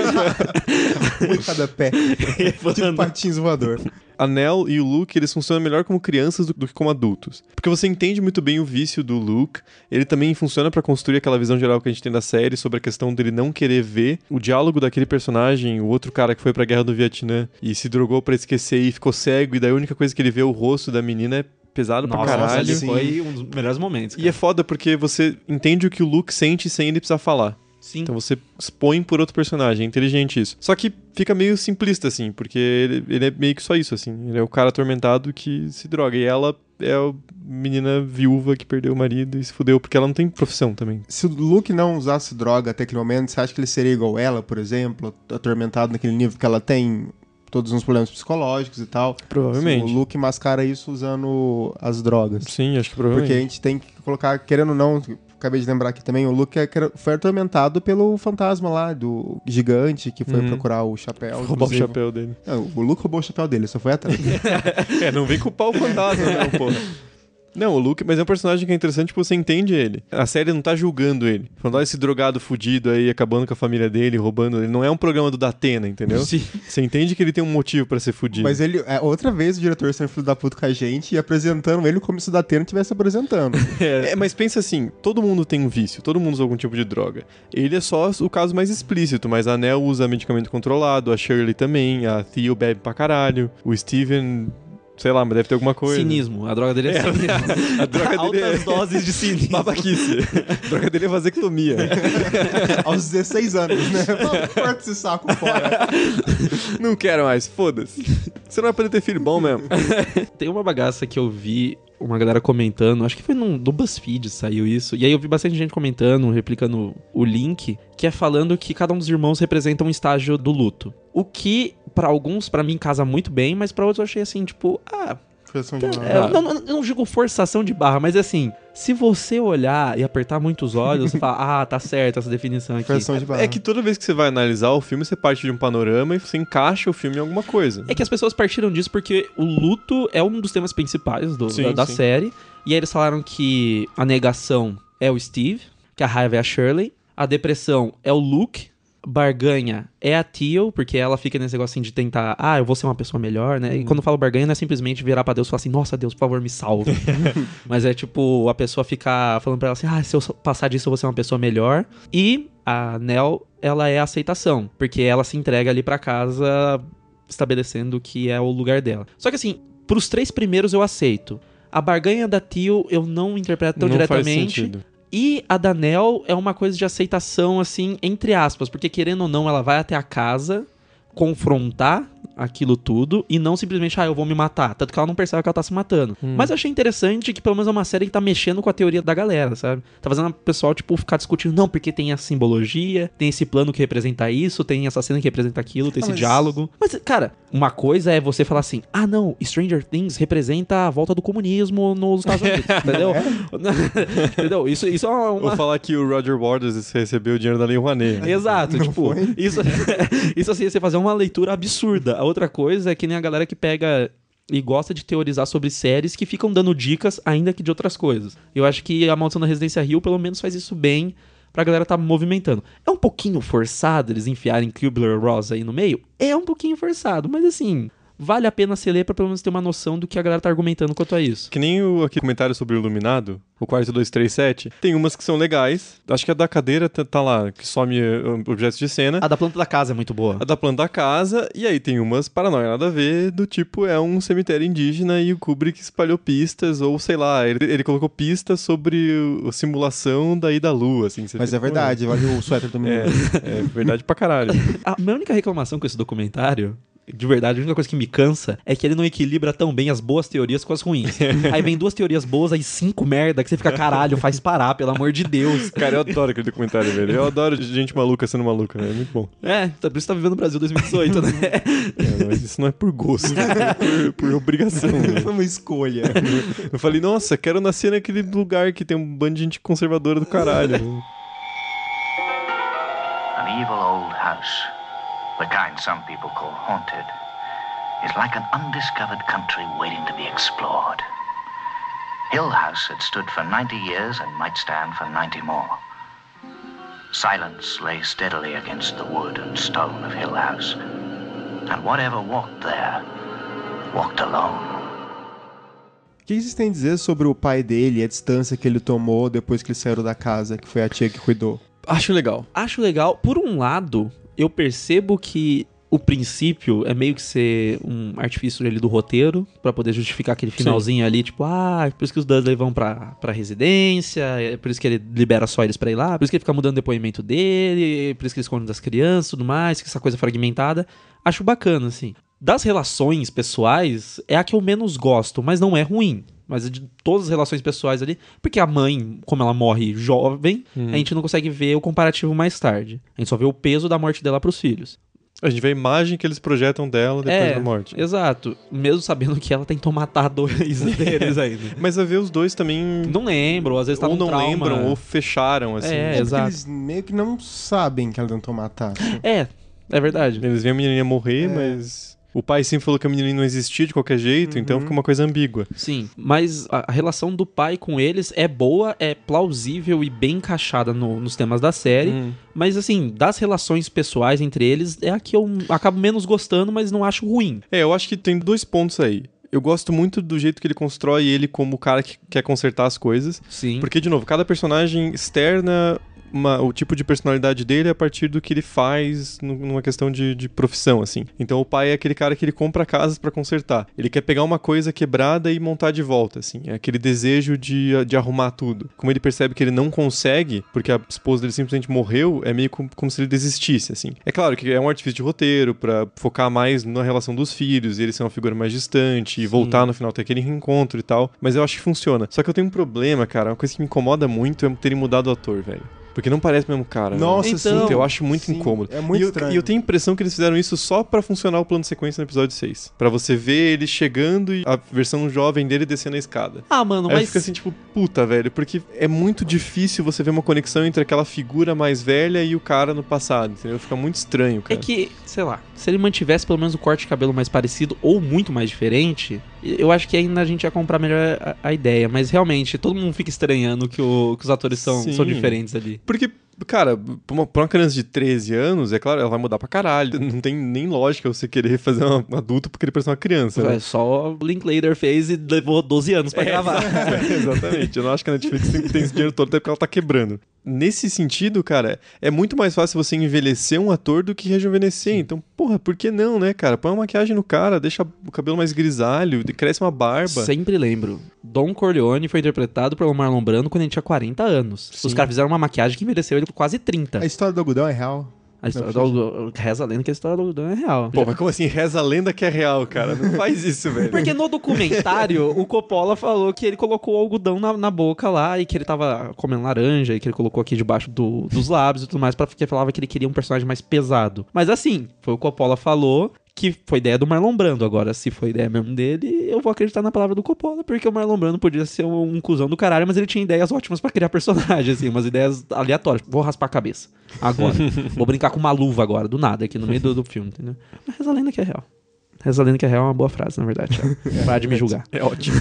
Um em cada pé. Tipo patins voador. A Nell e o Luke, eles funcionam melhor como crianças do que como adultos. Porque você entende muito bem o vício do Luke. Ele também funciona pra construir aquela visão geral que a gente tem da série sobre a questão dele não querer ver o diálogo daquele personagem, o outro cara que foi pra guerra do Vietnã e se drogou pra esquecer e ficou cego, e daí a única coisa que ele vê é o rosto da menina é pesado pra caralho. Ele foi um dos melhores momentos. E é foda porque você entende o que o Luke sente sem ele precisar falar. Sim. Então você expõe por outro personagem, é inteligente isso. Só que fica meio simplista, assim, porque ele é meio que só isso, assim. Ele é o cara atormentado que se droga. E ela é a menina viúva que perdeu o marido e se fudeu, porque ela não tem profissão também. Se o Luke não usasse droga até aquele momento, você acha que ele seria igual ela, por exemplo? Atormentado naquele nível que ela tem todos os problemas psicológicos e tal? Provavelmente. O Luke mascara isso usando as drogas. Sim, acho que provavelmente. Porque a gente tem que colocar, querendo ou não, acabei de lembrar aqui também, o Luke foi atormentado pelo fantasma lá, do gigante que foi procurar o chapéu. Roubar o inclusive. chapéu dele. Não, o Luke roubou o chapéu dele, só foi atrás. Não vem culpar o fantasma, não, porra. Não, o Luke, mas é um personagem que é interessante porque você entende ele. A série não tá julgando ele. Falando, olha esse drogado fudido aí, acabando com a família dele, roubando. Ele não é um programa do Datena, entendeu? Sim. Você entende que ele tem um motivo pra ser fudido. Mas ele, outra vez o diretor sendo filho da puta com a gente e apresentando ele como se o Datena estivesse apresentando. Mas pensa assim, todo mundo tem um vício, todo mundo usa algum tipo de droga. Ele é só o caso mais explícito, mas a Nell usa medicamento controlado, a Shirley também, a Theo bebe pra caralho, o Steven... Sei lá, mas deve ter alguma coisa. Cinismo. A droga dele é cinismo. A droga dele Altas é doses de cinismo. babaquice. A droga dele é vasectomia. Aos 16 anos, né? Corta esse saco fora. Não quero mais, foda-se. Você não vai poder ter filho bom mesmo. Tem uma bagaça que eu vi uma galera comentando, acho que foi no BuzzFeed saiu isso, e aí eu vi bastante gente comentando, replicando o link, que é falando que cada um dos irmãos representa um estágio do luto. O que, pra alguns, pra mim, casa muito bem, mas pra outros eu achei assim, tipo, Forçação de barra. eu não digo forçação de barra, mas assim, se você olhar e apertar muitos olhos, você fala, tá certo essa definição aqui. Forçação de barra. É que toda vez que você vai analisar o filme, você parte de um panorama e você encaixa o filme em alguma coisa. É que as pessoas partiram disso porque o luto é um dos temas principais da Sim. série. E aí eles falaram que a negação é o Steve, que a raiva é a Shirley, a depressão é o Luke, barganha é a Theo, porque ela fica nesse negócio assim de tentar, eu vou ser uma pessoa melhor, né? E quando eu falo barganha não é simplesmente virar pra Deus e falar assim, nossa Deus, por favor, me salve. Mas é tipo, a pessoa ficar falando pra ela assim, se eu passar disso eu vou ser uma pessoa melhor. E a Nell, ela é a aceitação, porque ela se entrega ali pra casa estabelecendo que é o lugar dela. Só que assim, pros 3 primeiros eu aceito. A barganha da Theo eu não interpreto tão Não faz diretamente. sentido. E a da Nell é uma coisa de aceitação, assim, entre aspas, porque querendo ou não, ela vai até a casa confrontar aquilo tudo e não simplesmente, eu vou me matar. Tanto que ela não percebe que ela tá se matando. Mas eu achei interessante que pelo menos é uma série que tá mexendo com a teoria da galera, sabe? Tá fazendo o pessoal, tipo, ficar discutindo, não, porque tem a simbologia, tem esse plano que representa isso, tem essa cena que representa aquilo, tem esse diálogo. Mas, cara, uma coisa é você falar assim, não, Stranger Things representa a volta do comunismo nos Estados Unidos, entendeu? Entendeu? Isso é uma... Vou falar que o Roger Waters recebeu o dinheiro da Lei Rouanet. Exato, Não tipo, foi? isso assim, você fazer uma leitura absurda. A outra coisa é que nem a galera que pega e gosta de teorizar sobre séries que ficam dando dicas, ainda que de outras coisas. Eu acho que a Maldição da Residência Hill, pelo menos, faz isso bem pra galera tá movimentando. É um pouquinho forçado eles enfiarem Kubler-Ross aí no meio? É um pouquinho forçado, mas assim... vale a pena você ler pra pelo menos ter uma noção do que a galera tá argumentando quanto a isso. Que nem aquele comentário sobre o Iluminado, o quarto 237, tem umas que são legais. Acho que a da cadeira tá lá, que some objetos de cena. A da planta da casa é muito boa. A da planta da casa, e aí tem umas paranoia nada a ver, do tipo, é um cemitério indígena e o Kubrick espalhou pistas, ou sei lá, ele colocou pistas sobre a simulação da ida à lua, assim. Mas é verdade, vale o suéter do menino. É verdade pra caralho. A minha única reclamação com esse documentário, de verdade, a única coisa que me cansa é que ele não equilibra tão bem as boas teorias com as ruins. Aí vem 2 teorias boas, aí 5 merda, que você fica, caralho, faz parar, pelo amor de Deus. Cara, eu adoro aquele documentário, velho. Eu adoro gente maluca sendo maluca, né? É muito bom. Por isso tá vivendo no Brasil 2018, né? Mas isso não é por gosto, é por obrigação. Né? Foi uma escolha. Eu falei, nossa, quero nascer naquele lugar que tem um bando de gente conservadora do caralho. An evil old house, the kind some people call haunted, is like an undiscovered country waiting to be explored. Hill House had stood for 90 years and might stand for 90 more. Silence lay steadily against the wood and stone of Hill House, and whatever walked there, walked alone. O que vocês têm a dizer sobre o pai dele e a distância que ele tomou depois que eles saíram da casa, que foi a tia que cuidou? Acho legal. Acho legal. Por um lado, eu percebo que o princípio é meio que ser um artifício ali do roteiro, pra poder justificar aquele finalzinho ali, tipo, por isso que os Dudley vão pra residência, é por isso que ele libera só eles pra ir lá, por isso que ele fica mudando o depoimento dele, por isso que ele esconde das crianças e tudo mais, que essa coisa fragmentada. Acho bacana, assim. Das relações pessoais, é a que eu menos gosto, mas não é ruim. Mas de todas as relações pessoais ali, porque a mãe, como ela morre jovem, a gente não consegue ver o comparativo mais tarde. A gente só vê o peso da morte dela pros filhos. A gente vê a imagem que eles projetam dela depois da morte. Exato. Mesmo sabendo que ela tentou matar 2 deles ainda. Mas a ver os dois também... Não lembram, às vezes tá ou num não trauma. lembram, ou fecharam, assim. Exato. Eles meio que não sabem que ela tentou matar. É verdade. Eles veem a menininha morrer, mas... O pai sempre falou que a menininha não existia de qualquer jeito, então fica uma coisa ambígua. Sim, mas a relação do pai com eles é boa, é plausível e bem encaixada nos temas da série. Mas, assim, das relações pessoais entre eles, é a que eu acabo menos gostando, mas não acho ruim. Eu acho que tem 2 pontos aí. Eu gosto muito do jeito que ele constrói ele como o cara que quer consertar as coisas. Sim. Porque, de novo, cada personagem externa o tipo de personalidade dele a partir do que ele faz numa questão de profissão, assim. Então o pai é aquele cara que ele compra casas pra consertar. Ele quer pegar uma coisa quebrada e montar de volta, assim. É aquele desejo de arrumar tudo. Como ele percebe que ele não consegue, porque a esposa dele simplesmente morreu, é meio como se ele desistisse, assim. É claro que é um artifício de roteiro pra focar mais na relação dos filhos e ele ser uma figura mais distante e voltar no final ter aquele reencontro e tal. Mas eu acho que funciona. Só que eu tenho um problema, cara. Uma coisa que me incomoda muito é terem mudado o ator, velho. Porque não parece o mesmo cara. Nossa, então, eu acho muito incômodo. É muito estranho. E eu tenho a impressão que eles fizeram isso só pra funcionar o plano de sequência no episódio 6. Pra você ver ele chegando e a versão jovem dele descendo a escada. Mano, Aí mas... fica assim, tipo, puta, velho. Porque é muito difícil você ver uma conexão entre aquela figura mais velha e o cara no passado, entendeu? Fica muito estranho, cara. É que, sei lá, se ele mantivesse pelo menos o corte de cabelo mais parecido ou muito mais diferente, eu acho que ainda a gente ia comprar melhor a ideia. Mas realmente, todo mundo fica estranhando que os atores são diferentes ali. Porque, cara, pra uma criança de 13 anos, é claro, ela vai mudar pra caralho. Não tem nem lógica você querer fazer um adulto porque ele parece uma criança, né? Só o Linklater fez e levou 12 anos pra gravar. Exatamente. Eu não acho que a Netflix tem esse dinheiro todo até porque ela tá quebrando. Nesse sentido, cara, é muito mais fácil você envelhecer um ator do que rejuvenescer. Então, porra, por que não, né, cara? Põe uma maquiagem no cara, deixa o cabelo mais grisalho, cresce uma barba. Sempre lembro. Don Corleone foi interpretado pelo Marlon Brando quando ele tinha 40 anos. Sim. Os caras fizeram uma maquiagem que envelheceu ele com quase 30. A história do algodão é real? A história reza a lenda que a história do algodão é real. Pô, mas como assim? Reza a lenda que é real, cara. Não faz isso, velho. Porque no documentário, o Coppola falou que ele colocou o algodão na boca lá e que ele tava comendo laranja e que ele colocou aqui debaixo dos lábios e tudo mais, porque falava que ele queria um personagem mais pesado. Mas assim, foi o Coppola falou que foi ideia do Marlon Brando. Agora, se foi ideia mesmo dele, eu vou acreditar na palavra do Coppola, porque o Marlon Brando podia ser um cuzão do caralho, mas ele tinha ideias ótimas pra criar personagem, assim, umas ideias aleatórias. Vou raspar a cabeça. Agora. Vou brincar com uma luva agora, do nada, aqui no meio do filme, entendeu? Mas a lenda que é real. Reza a lenda que a real é uma boa frase, na verdade. Para de me julgar. É ótimo.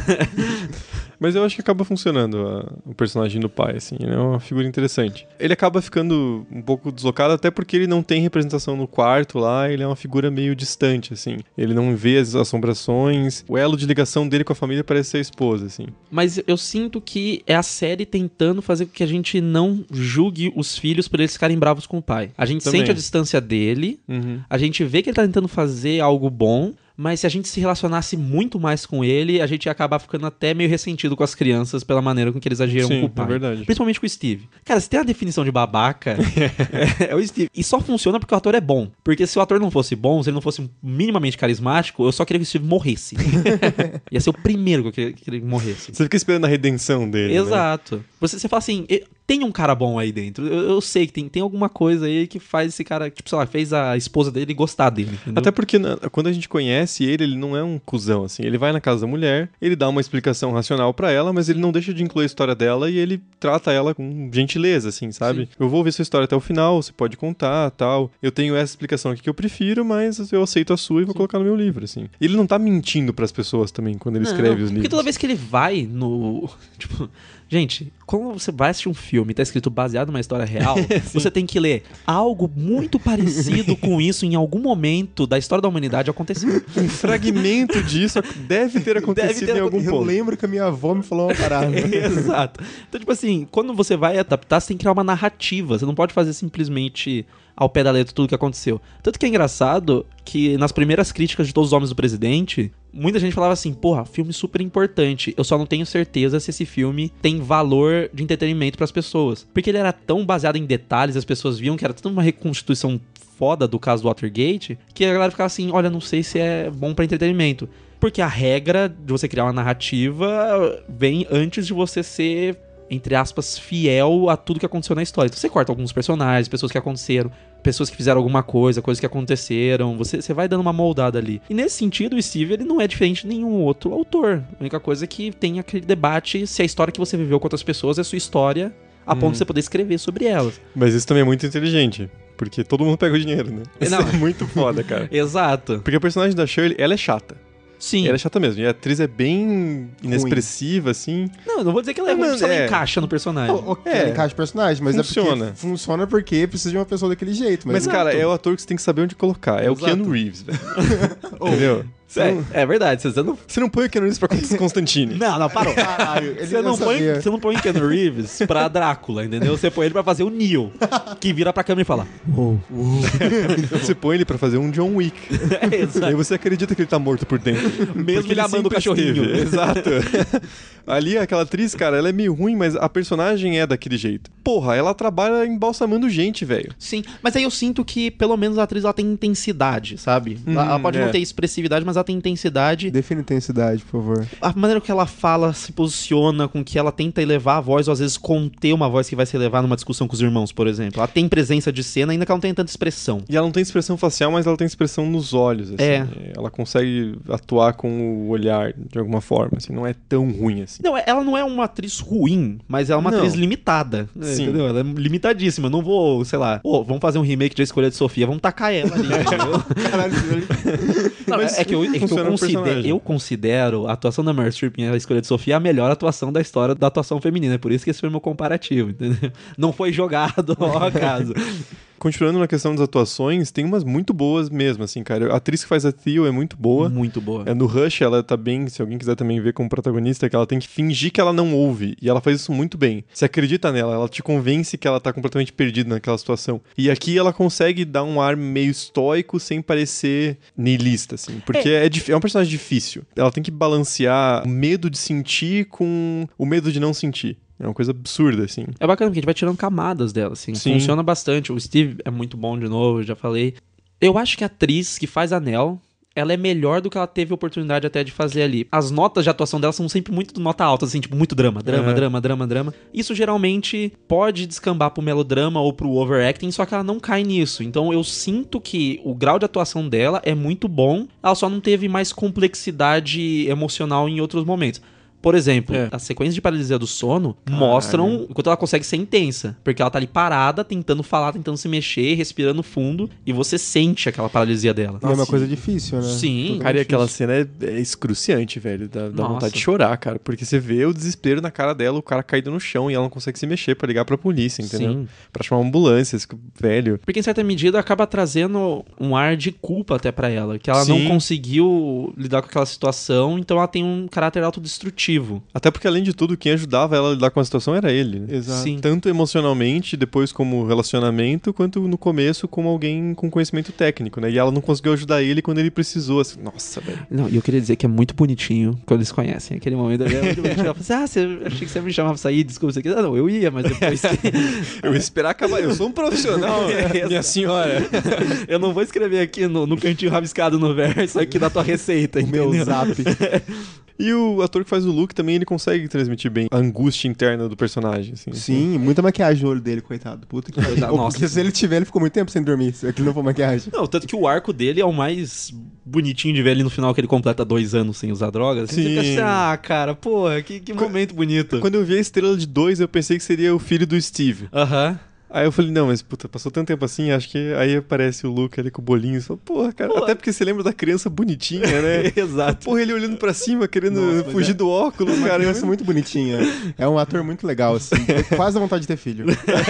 Mas eu acho que acaba funcionando o personagem do pai, assim. Ele é uma figura interessante. Ele acaba ficando um pouco deslocado, até porque ele não tem representação no quarto lá, ele é uma figura meio distante, assim. Ele não vê as assombrações, o elo de ligação dele com a família parece ser a esposa, assim. Mas eu sinto que é a série tentando fazer com que a gente não julgue os filhos por eles ficarem bravos com o pai. A gente Também. sente a distância dele, a gente vê que ele tá tentando fazer algo bom, mas se a gente se relacionasse muito mais com ele, a gente ia acabar ficando até meio ressentido com as crianças pela maneira com que eles agiram Sim, com o pai. é verdade. Principalmente com o Steve. Cara, se tem a definição de babaca, é o Steve. E só funciona porque o ator é bom. Porque se o ator não fosse bom, se ele não fosse minimamente carismático, eu só queria que o Steve morresse. Ia ser o primeiro que eu queria que ele morresse. Você fica esperando a redenção dele, né? Exato. Você fala assim, tem um cara bom aí dentro. Eu sei que tem alguma coisa aí que faz esse cara, tipo, sei lá, fez a esposa dele gostar dele. Entendeu? Até porque quando a gente conhece ele não é um cuzão, assim. Ele vai na casa da mulher, ele dá uma explicação racional pra ela, mas ele não deixa de incluir a história dela e ele trata ela com gentileza, assim, sabe? Sim. Eu vou ver sua história até o final, você pode contar, tal. Eu tenho essa explicação aqui que eu prefiro, mas eu aceito a sua e vou colocar no meu livro, assim. E ele não tá mentindo pras pessoas também quando ele escreve os livros. Porque toda vez que ele vai no... Tipo... Gente, quando você vai assistir um filme e tá escrito baseado numa história real, você tem que ler algo muito parecido com isso em algum momento da história da humanidade aconteceu. Um fragmento disso deve ter acontecido em algum ponto. Eu lembro que a minha avó me falou uma parada. Exato. Então, tipo assim, quando você vai adaptar, você tem que criar uma narrativa. Você não pode fazer simplesmente ao pé da letra tudo que aconteceu. Tanto que é engraçado que nas primeiras críticas de Todos os Homens do Presidente, muita gente falava assim, porra, filme super importante, eu só não tenho certeza se esse filme tem valor de entretenimento pras pessoas. Porque ele era tão baseado em detalhes, as pessoas viam que era toda uma reconstituição foda do caso do Watergate, que a galera ficava assim, olha, não sei se é bom pra entretenimento. Porque a regra de você criar uma narrativa vem antes de você ser, entre aspas, fiel a tudo que aconteceu na história. Então você corta alguns personagens, pessoas que aconteceram, pessoas que fizeram alguma coisa, coisas que aconteceram, você vai dando uma moldada ali. E nesse sentido, o Steve, ele não é diferente de nenhum outro autor. A única coisa é que tem aquele debate se a história que você viveu com outras pessoas é sua história, a ponto de você poder escrever sobre elas. Mas isso também é muito inteligente, porque todo mundo pega o dinheiro, né? Isso Não. é muito foda, cara. Exato. Porque a personagem da Shirley, ela é chata. Sim. Ela é chata mesmo. E a atriz é bem inexpressiva, assim. Não vou dizer que ela é ruim, porque ela encaixa no personagem. Ela encaixa o personagem, mas Funciona. é porque funciona porque precisa de uma pessoa daquele jeito. Mas cara, é o ator que você tem que saber onde colocar. É o Keanu Reeves, velho. Entendeu? É verdade, Você não põe o Keanu Reeves pra Constantine. Não, parou. Caralho, Você não põe o Keanu Reeves pra Drácula, entendeu? Você põe ele pra fazer o Neo, que vira pra câmera e fala... Você põe ele pra fazer um John Wick. Exato. Aí você acredita que ele tá morto por dentro. Mesmo ele amando o cachorrinho. Esteve. Exato. Ali, aquela atriz, cara, ela é meio ruim, mas a personagem é daquele jeito. Porra, ela trabalha embalsamando gente, velho. Sim, mas aí eu sinto que, pelo menos, a atriz ela tem intensidade, sabe? Ela pode não ter expressividade, mas ela tem intensidade. Define intensidade, por favor. A maneira que ela fala, se posiciona, com que ela tenta elevar a voz, ou às vezes conter uma voz que vai se elevar numa discussão com os irmãos, por exemplo. Ela tem presença de cena, ainda que ela não tenha tanta expressão. E ela não tem expressão facial, mas ela tem expressão nos olhos, assim. Ela consegue atuar com o olhar, de alguma forma, assim. Não é tão ruim, assim. Não, ela não é uma atriz ruim, mas ela é uma atriz limitada. Sim. Entendeu? Ela é limitadíssima. Eu não vou, sei lá, vamos fazer um remake de A Escolha de Sofia, vamos tacar ela ali, entendeu? Caralho, Não, Mas é que eu considero a atuação da Meryl Streep em A Escolha de Sofia a melhor atuação da história da atuação feminina. É por isso que esse foi o meu comparativo, entendeu? Não foi jogado ao acaso. Continuando na questão das atuações, tem umas muito boas mesmo, assim, cara. A atriz que faz a Theo é muito boa. Muito boa. No Rush, ela tá bem, se alguém quiser também ver como protagonista, que ela tem que fingir que ela não ouve. E ela faz isso muito bem. Você acredita nela, ela te convence que ela tá completamente perdida naquela situação. E aqui ela consegue dar um ar meio estoico sem parecer niilista, assim. Porque é um personagem difícil. Ela tem que balancear o medo de sentir com o medo de não sentir. É uma coisa absurda, assim. É bacana, porque a gente vai tirando camadas dela, assim. Sim. Funciona bastante. O Steve é muito bom, de novo, eu já falei. Eu acho que a atriz que faz a Nell, ela é melhor do que ela teve oportunidade até de fazer ali. As notas de atuação dela são sempre muito nota alta, assim, tipo, muito drama. Isso geralmente pode descambar pro melodrama ou pro overacting, só que ela não cai nisso. Então eu sinto que o grau de atuação dela é muito bom, ela só não teve mais complexidade emocional em outros momentos. Por exemplo, as sequências de paralisia do sono mostram o quanto ela consegue ser intensa. Porque ela tá ali parada, tentando falar, tentando se mexer, respirando fundo, e você sente aquela paralisia dela. E é uma coisa difícil, né? Sim. Cara, e aquela cena é excruciante, velho. Dá vontade de chorar, cara. Porque você vê o desespero na cara dela, o cara caído no chão e ela não consegue se mexer pra ligar pra polícia, entendeu? Sim. Pra chamar uma ambulância, velho. Porque em certa medida acaba trazendo um ar de culpa até pra ela. Que ela não conseguiu lidar com aquela situação, então ela tem um caráter autodestrutivo. Até porque, além de tudo, quem ajudava ela a lidar com a situação era ele, né? Exato. Sim. Tanto emocionalmente, depois como relacionamento, quanto no começo como alguém com conhecimento técnico, né? E ela não conseguiu ajudar ele quando ele precisou. Assim, nossa, velho. Não, e eu queria dizer que é muito bonitinho quando eles conhecem. Aquele momento ali é muito bonitinho. Ela fala assim, achei que você me chamava pra sair, desculpa, você aqui. Não, eu ia, mas depois Eu ia esperar acabar. Eu sou um profissional, minha senhora. Eu não vou escrever aqui no cantinho rabiscado no verso aqui da tua receita, entendeu? Meu zap. E o ator que faz o Luke também, ele consegue transmitir bem a angústia interna do personagem, assim. Sim, muita maquiagem no olho dele, coitado. Puta que pariu. Nossa. Porque se ele tiver, ele ficou muito tempo sem dormir. Se aquilo não for maquiagem. Não, tanto que o arco dele é o mais bonitinho de ver ali no final, que ele completa 2 anos sem usar drogas. Assim, Sim. você fica assim, cara, porra, que momento bonito. Quando eu vi a estrela de 2, eu pensei que seria o filho do Steve. Aham. Aí eu falei, não, mas puta, passou tanto tempo assim, acho que aí aparece o Luke ali com o bolinho e fala, porra, cara, até porque você lembra da criança bonitinha, né? Exato. Porra, ele olhando pra cima, querendo Nossa, fugir do óculos, É uma cara. criança muito bonitinha. É um ator muito legal, assim. Quase a vontade de ter filho.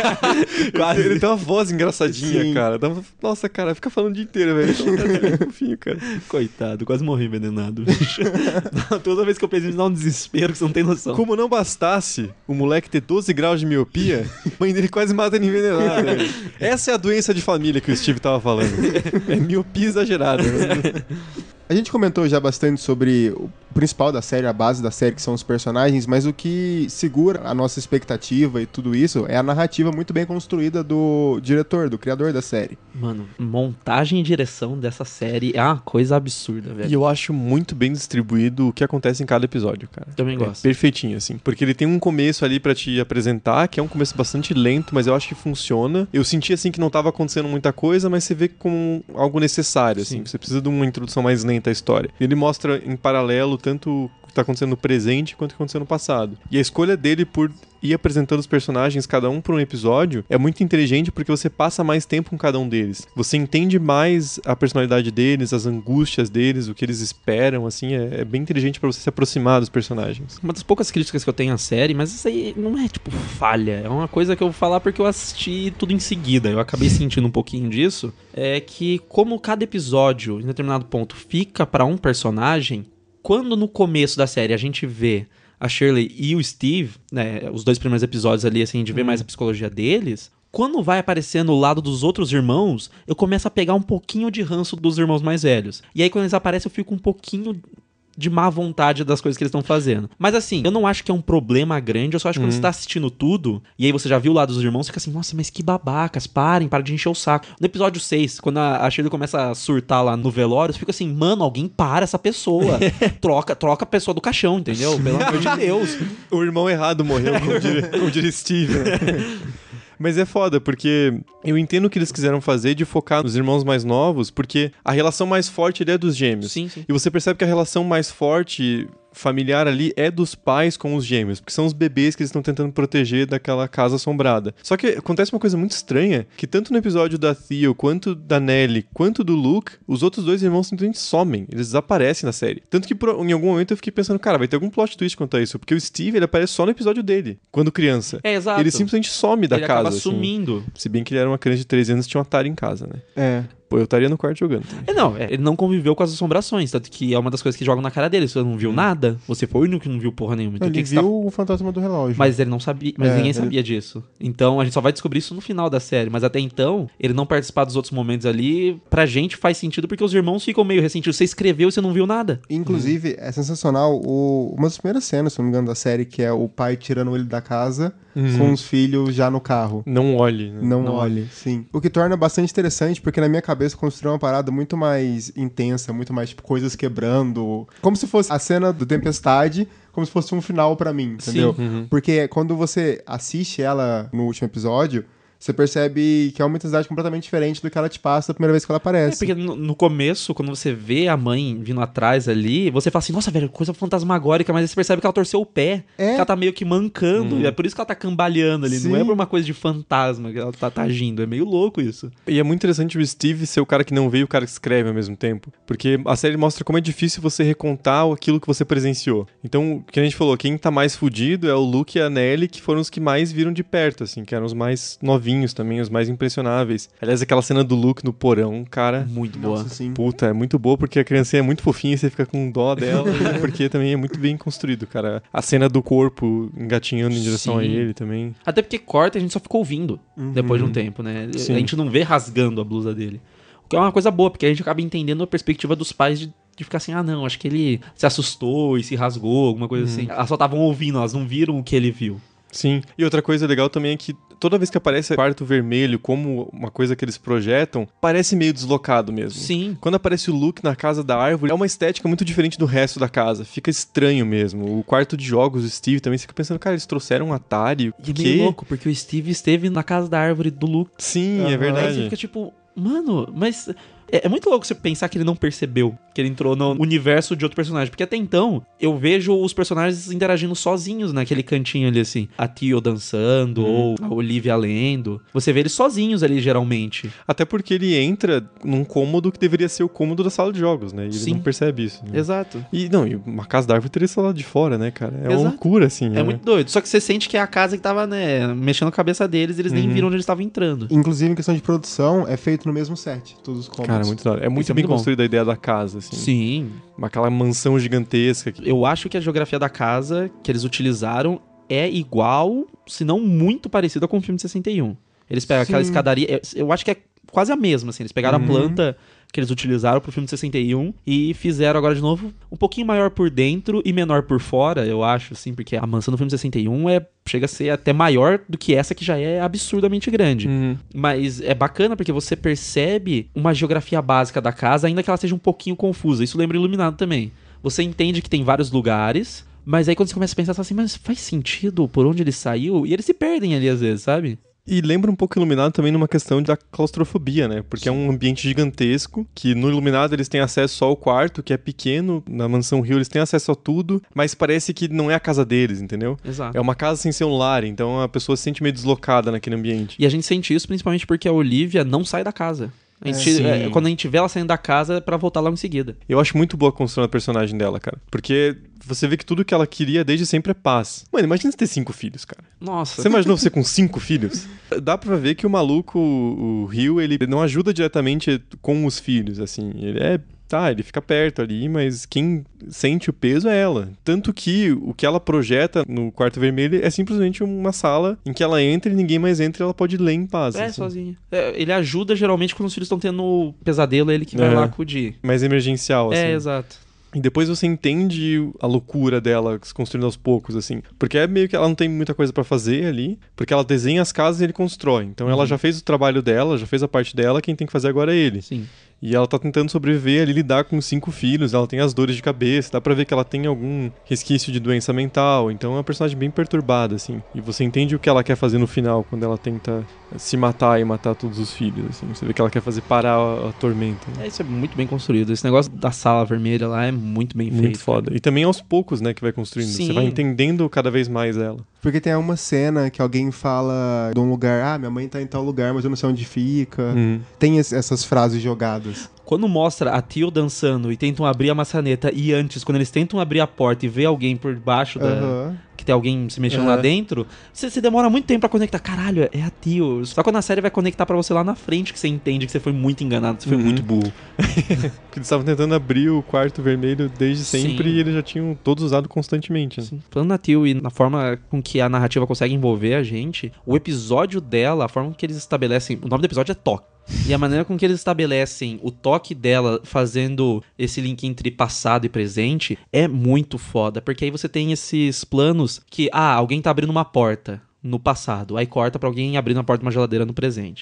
Quase. Ele tem uma voz engraçadinha, Sim. cara. Nossa, cara, fica falando o dia inteiro, velho. É fofinho, cara. Coitado, quase morri envenenado, bicho. Não, toda vez que eu penso nisso, dá um desespero que você não tem noção. Como não bastasse o moleque ter 12 graus de miopia, a mãe dele quase mata ele envenenado, velho. Essa é a doença de família que o Steve tava falando. É miopia exagerada. Né? A gente comentou já bastante sobre o principal da série, a base da série, que são os personagens, mas o que segura a nossa expectativa e tudo isso é a narrativa muito bem construída do diretor, do criador da série. Mano, montagem e direção dessa série é uma coisa absurda, velho. E eu acho muito bem distribuído o que acontece em cada episódio, cara. Também É gosto. perfeitinho, assim. Porque ele tem um começo ali pra te apresentar, que é um começo bastante lento, mas eu acho que funciona. Eu senti, assim, que não tava acontecendo muita coisa, mas você vê como algo necessário, assim. Sim. Você precisa de uma introdução mais lenta à história. Ele mostra em paralelo tanto o que tá acontecendo no presente quanto o que aconteceu no passado. E a escolha dele por ir apresentando os personagens, cada um por um episódio, é muito inteligente porque você passa mais tempo com cada um deles. Você entende mais a personalidade deles, as angústias deles, o que eles esperam, assim, é bem inteligente pra você se aproximar dos personagens. Uma das poucas críticas que eu tenho à série, mas isso aí não é, tipo, falha. É uma coisa que eu vou falar porque eu assisti tudo em seguida. Eu acabei sentindo um pouquinho disso. É que, como cada episódio, em determinado ponto, fica pra um personagem, quando no começo da série a gente vê a Shirley e o Steve, né, os 2 primeiros episódios ali, assim, de ver mais a psicologia deles, quando vai aparecendo o lado dos outros irmãos, eu começo a pegar um pouquinho de ranço dos irmãos mais velhos. E aí quando eles aparecem eu fico um pouquinho de má vontade das coisas que eles estão fazendo. Mas assim, eu não acho que é um problema grande, eu só acho que quando você tá assistindo tudo, e aí você já viu o lado dos irmãos, você fica assim, nossa, mas que babacas, para de encher o saco. No episódio 6, quando a Shirley começa a surtar lá no velório, você fica assim, mano, alguém para essa pessoa. troca a pessoa do caixão, entendeu? Pelo amor de Deus. O irmão errado morreu, como diria Steve. Né? Mas é foda, porque eu entendo o que eles quiseram fazer de focar nos irmãos mais novos, porque a relação mais forte ali é dos gêmeos. Sim, sim. E você percebe que a relação mais forte familiar ali é dos pais com os gêmeos, porque são os bebês que eles estão tentando proteger daquela casa assombrada. Só que acontece uma coisa muito estranha, que tanto no episódio da Theo, quanto da Nellie, quanto do Luke, os outros 2 irmãos simplesmente somem, eles desaparecem na série. Tanto que em algum momento eu fiquei pensando, cara, vai ter algum plot twist quanto a isso, porque o Steve, ele aparece só no episódio dele, quando criança. É, exato. Ele simplesmente some da Ele casa. acaba assim. sumindo. Se bem que ele era uma criança de 13 anos e tinha um Atari em casa, né? É. Pô, eu estaria no quarto jogando. Ele não conviveu com as assombrações, tanto que é uma das coisas que jogam na cara dele. Você não viu nada, você foi o único que não viu porra nenhuma. Então, Ele o que você tá... viu o fantasma do relógio. Mas ele não sabia, ninguém sabia disso. Então a gente só vai descobrir isso no final da série. Mas até então, ele não participar dos outros momentos ali, pra gente faz sentido porque os irmãos ficam meio ressentidos. Você escreveu e você não viu nada. Inclusive, é sensacional uma das primeiras cenas, se não me engano, da série, que é o pai tirando ele da casa com os filhos já no carro. Não olhe, né? Não olhe, sim. O que torna bastante interessante, porque na minha cabeça construiu uma parada muito mais intensa, muito mais, tipo, coisas quebrando. Como se fosse a cena do Tempestade, como se fosse um final pra mim, entendeu? Sim. Porque quando você assiste ela no último episódio, você percebe que é uma intensidade completamente diferente do que ela te passa da primeira vez que ela aparece. Porque no começo, quando você vê a mãe vindo atrás ali, você fala assim, nossa, velho, coisa fantasmagórica, mas aí você percebe que ela torceu o pé, que ela tá meio que mancando, e é por isso que ela tá cambaleando ali, não é por uma coisa de fantasma que ela tá agindo, é meio louco isso. E é muito interessante o Steve ser o cara que não vê e o cara que escreve ao mesmo tempo, porque a série mostra como é difícil você recontar aquilo que você presenciou. Então, o que a gente falou, quem tá mais fudido é o Luke e a Nelly, que foram os que mais viram de perto, assim, que eram os mais novinhos também, os mais impressionáveis. Aliás, aquela cena do Luke no porão, cara... Muito boa. Nossa, sim. Puta, é muito boa porque a criancinha é muito fofinha e você fica com dó dela, porque também é muito bem construído, cara. A cena do corpo engatinhando em direção a ele também. Até porque corta, a gente só ficou ouvindo depois de um tempo, né? Sim. A gente não vê rasgando a blusa dele. O que é uma coisa boa, porque a gente acaba entendendo a perspectiva dos pais de ficar assim, ah não, acho que ele se assustou e se rasgou, alguma coisa assim. Elas só estavam ouvindo, elas não viram o que ele viu. Sim, e outra coisa legal também é que toda vez que aparece o quarto vermelho como uma coisa que eles projetam, parece meio deslocado mesmo. Sim. Quando aparece o Luke na casa da árvore, é uma estética muito diferente do resto da casa. Fica estranho mesmo. O quarto de jogos do Steve também, você fica pensando, cara, eles trouxeram um Atari? E é meio louco, porque o Steve esteve na casa da árvore do Luke. Sim, é Aí verdade. você fica tipo, mano, mas... É muito louco você pensar que ele não percebeu que ele entrou no universo de outro personagem. Porque até então, eu vejo os personagens interagindo sozinhos naquele cantinho ali, assim. A Tio dançando, ou a Olivia lendo. Você vê eles sozinhos ali, geralmente. Até porque ele entra num cômodo que deveria ser o cômodo da sala de jogos, né? E ele Sim. não percebe isso. Né? Exato. E uma casa da árvore teria esse lado de fora, né, cara? É uma Exato. loucura, assim. É muito doido. Só que você sente que é a casa que tava, né, mexendo a cabeça deles, eles nem viram onde eles estavam entrando. Inclusive, em questão de produção, é feito no mesmo set, todos os cômodos. Cara, muito da hora. É muito Isso é bem muito bom. construída a ideia da casa, assim. Sim. Aquela mansão gigantesca. Eu acho que a geografia da casa que eles utilizaram é igual, se não muito parecida com o filme de 61. Eles pegam aquela escadaria, eu acho que é quase a mesma, assim. Eles pegaram a planta que eles utilizaram pro filme de 61 e fizeram agora de novo um pouquinho maior por dentro e menor por fora, eu acho, assim, porque a mansão do filme de 61 chega a ser até maior do que essa que já é absurdamente grande. Mas é bacana porque você percebe uma geografia básica da casa, ainda que ela seja um pouquinho confusa. Isso lembra Iluminado também. Você entende que tem vários lugares, mas aí quando você começa a pensar assim, mas faz sentido por onde ele saiu? E eles se perdem ali às vezes, sabe? E lembra um pouco Iluminado também numa questão da claustrofobia, né? Porque é um ambiente gigantesco, que no Iluminado eles têm acesso só ao quarto, que é pequeno, na Mansão Hill eles têm acesso a tudo, mas parece que não é a casa deles, entendeu? Exato. É uma casa sem ser um lar, então a pessoa se sente meio deslocada naquele ambiente. E a gente sente isso principalmente porque a Olivia não sai da casa. Quando a gente vê ela saindo da casa é pra voltar logo em seguida. Eu acho muito boa a construção da personagem dela, cara. Porque você vê que tudo que ela queria desde sempre é paz. Mano, imagina você ter 5 filhos, cara. Nossa. Você imaginou você com 5 filhos? Dá pra ver que o maluco, o Rio, ele não ajuda diretamente com os filhos, assim. Ele fica perto ali, mas quem sente o peso é ela. Tanto que o que ela projeta no quarto vermelho é simplesmente uma sala em que ela entra e ninguém mais entra e ela pode ler em paz. É, assim. sozinha. Ele ajuda geralmente quando os filhos estão tendo pesadelo, é ele que vai lá acudir. Mais emergencial, assim. É, exato. E depois você entende a loucura dela se construindo aos poucos, assim. Porque é meio que ela não tem muita coisa pra fazer ali, porque ela desenha as casas e ele constrói. Então ela já fez o trabalho dela, já fez a parte dela, quem tem que fazer agora é ele. Sim. E ela tá tentando sobreviver ali, lidar com 5 filhos, ela tem as dores de cabeça, dá pra ver que ela tem algum resquício de doença mental, então é uma personagem bem perturbada, assim. E você entende o que ela quer fazer no final, quando ela tenta se matar e matar todos os filhos, assim. Você vê que ela quer fazer parar a tormenta. Né? Isso é muito bem construído. Esse negócio da sala vermelha lá é muito bem feito. Muito foda. Cara. E também aos poucos, né, que vai construindo. Sim. Você vai entendendo cada vez mais ela. Porque tem uma cena que alguém fala de um lugar, minha mãe tá em tal lugar, mas eu não sei onde fica. Tem essas frases jogadas. Quando mostra a Tio dançando e tentam abrir a maçaneta, e antes, quando eles tentam abrir a porta e vê alguém por baixo que tem alguém se mexendo lá dentro, você demora muito tempo pra conectar. Caralho, é a Tio. Só quando a série vai conectar pra você lá na frente que você entende que você foi muito enganado, você foi muito burro. Porque eles estavam tentando abrir o quarto vermelho desde sempre e eles já tinham todos usado constantemente. Né? Sim. Falando na Tio e na forma com que a narrativa consegue envolver a gente, o episódio dela, a forma que eles estabelecem... O nome do episódio é Toque. E a maneira com que eles estabelecem o toque dela fazendo esse link entre passado e presente é muito foda. Porque aí você tem esses planos que, alguém tá abrindo uma porta no passado. Aí corta pra alguém abrindo a porta de uma geladeira no presente.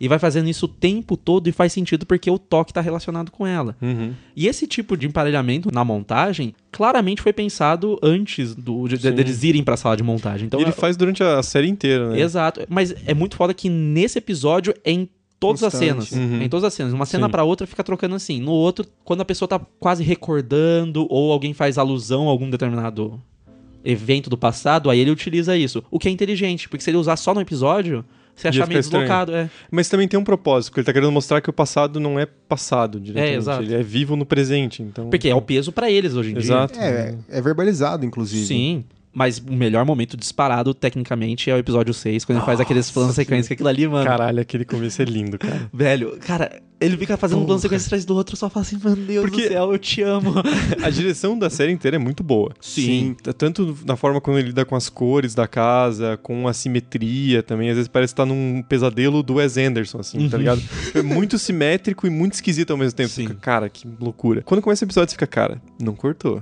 E vai fazendo isso o tempo todo e faz sentido porque o toque tá relacionado com ela. Uhum. E esse tipo de emparelhamento na montagem, claramente foi pensado antes deles irem pra sala de montagem. Então, E ele faz durante a série inteira, né? Exato. Mas é muito foda que nesse episódio é em todas as Constante. cenas. Uhum. Em todas as cenas. Uma cena Sim. pra outra fica trocando assim. No outro, quando a pessoa tá quase recordando ou alguém faz alusão a algum determinado evento do passado, aí ele utiliza isso. O que é inteligente, porque se ele usar só no episódio, você Ia achar ficar meio estranho. deslocado. É. Mas também tem um propósito, porque ele tá querendo mostrar que o passado não é passado diretamente. exato. Ele é vivo no presente, então... Porque é o peso pra eles hoje em Exato. É verbalizado, inclusive. dia. Sim. Mas o melhor momento disparado, tecnicamente, é o episódio 6, quando ele faz aqueles planos sequência, que aquilo ali, mano. Caralho, aquele começo é lindo, cara. Velho, cara, ele fica fazendo um plano sequência atrás do outro, eu só falo assim, meu Deus Porque- do céu, eu te amo. A direção da série inteira é muito boa. Sim. Tanto na forma como ele lida com as cores da casa, com a simetria também. Às vezes parece que tá num pesadelo do Wes Anderson, assim, tá ligado? É muito simétrico e muito esquisito ao mesmo tempo. Sim. Fica, cara, que loucura. Quando começa o episódio, você fica, cara, não cortou.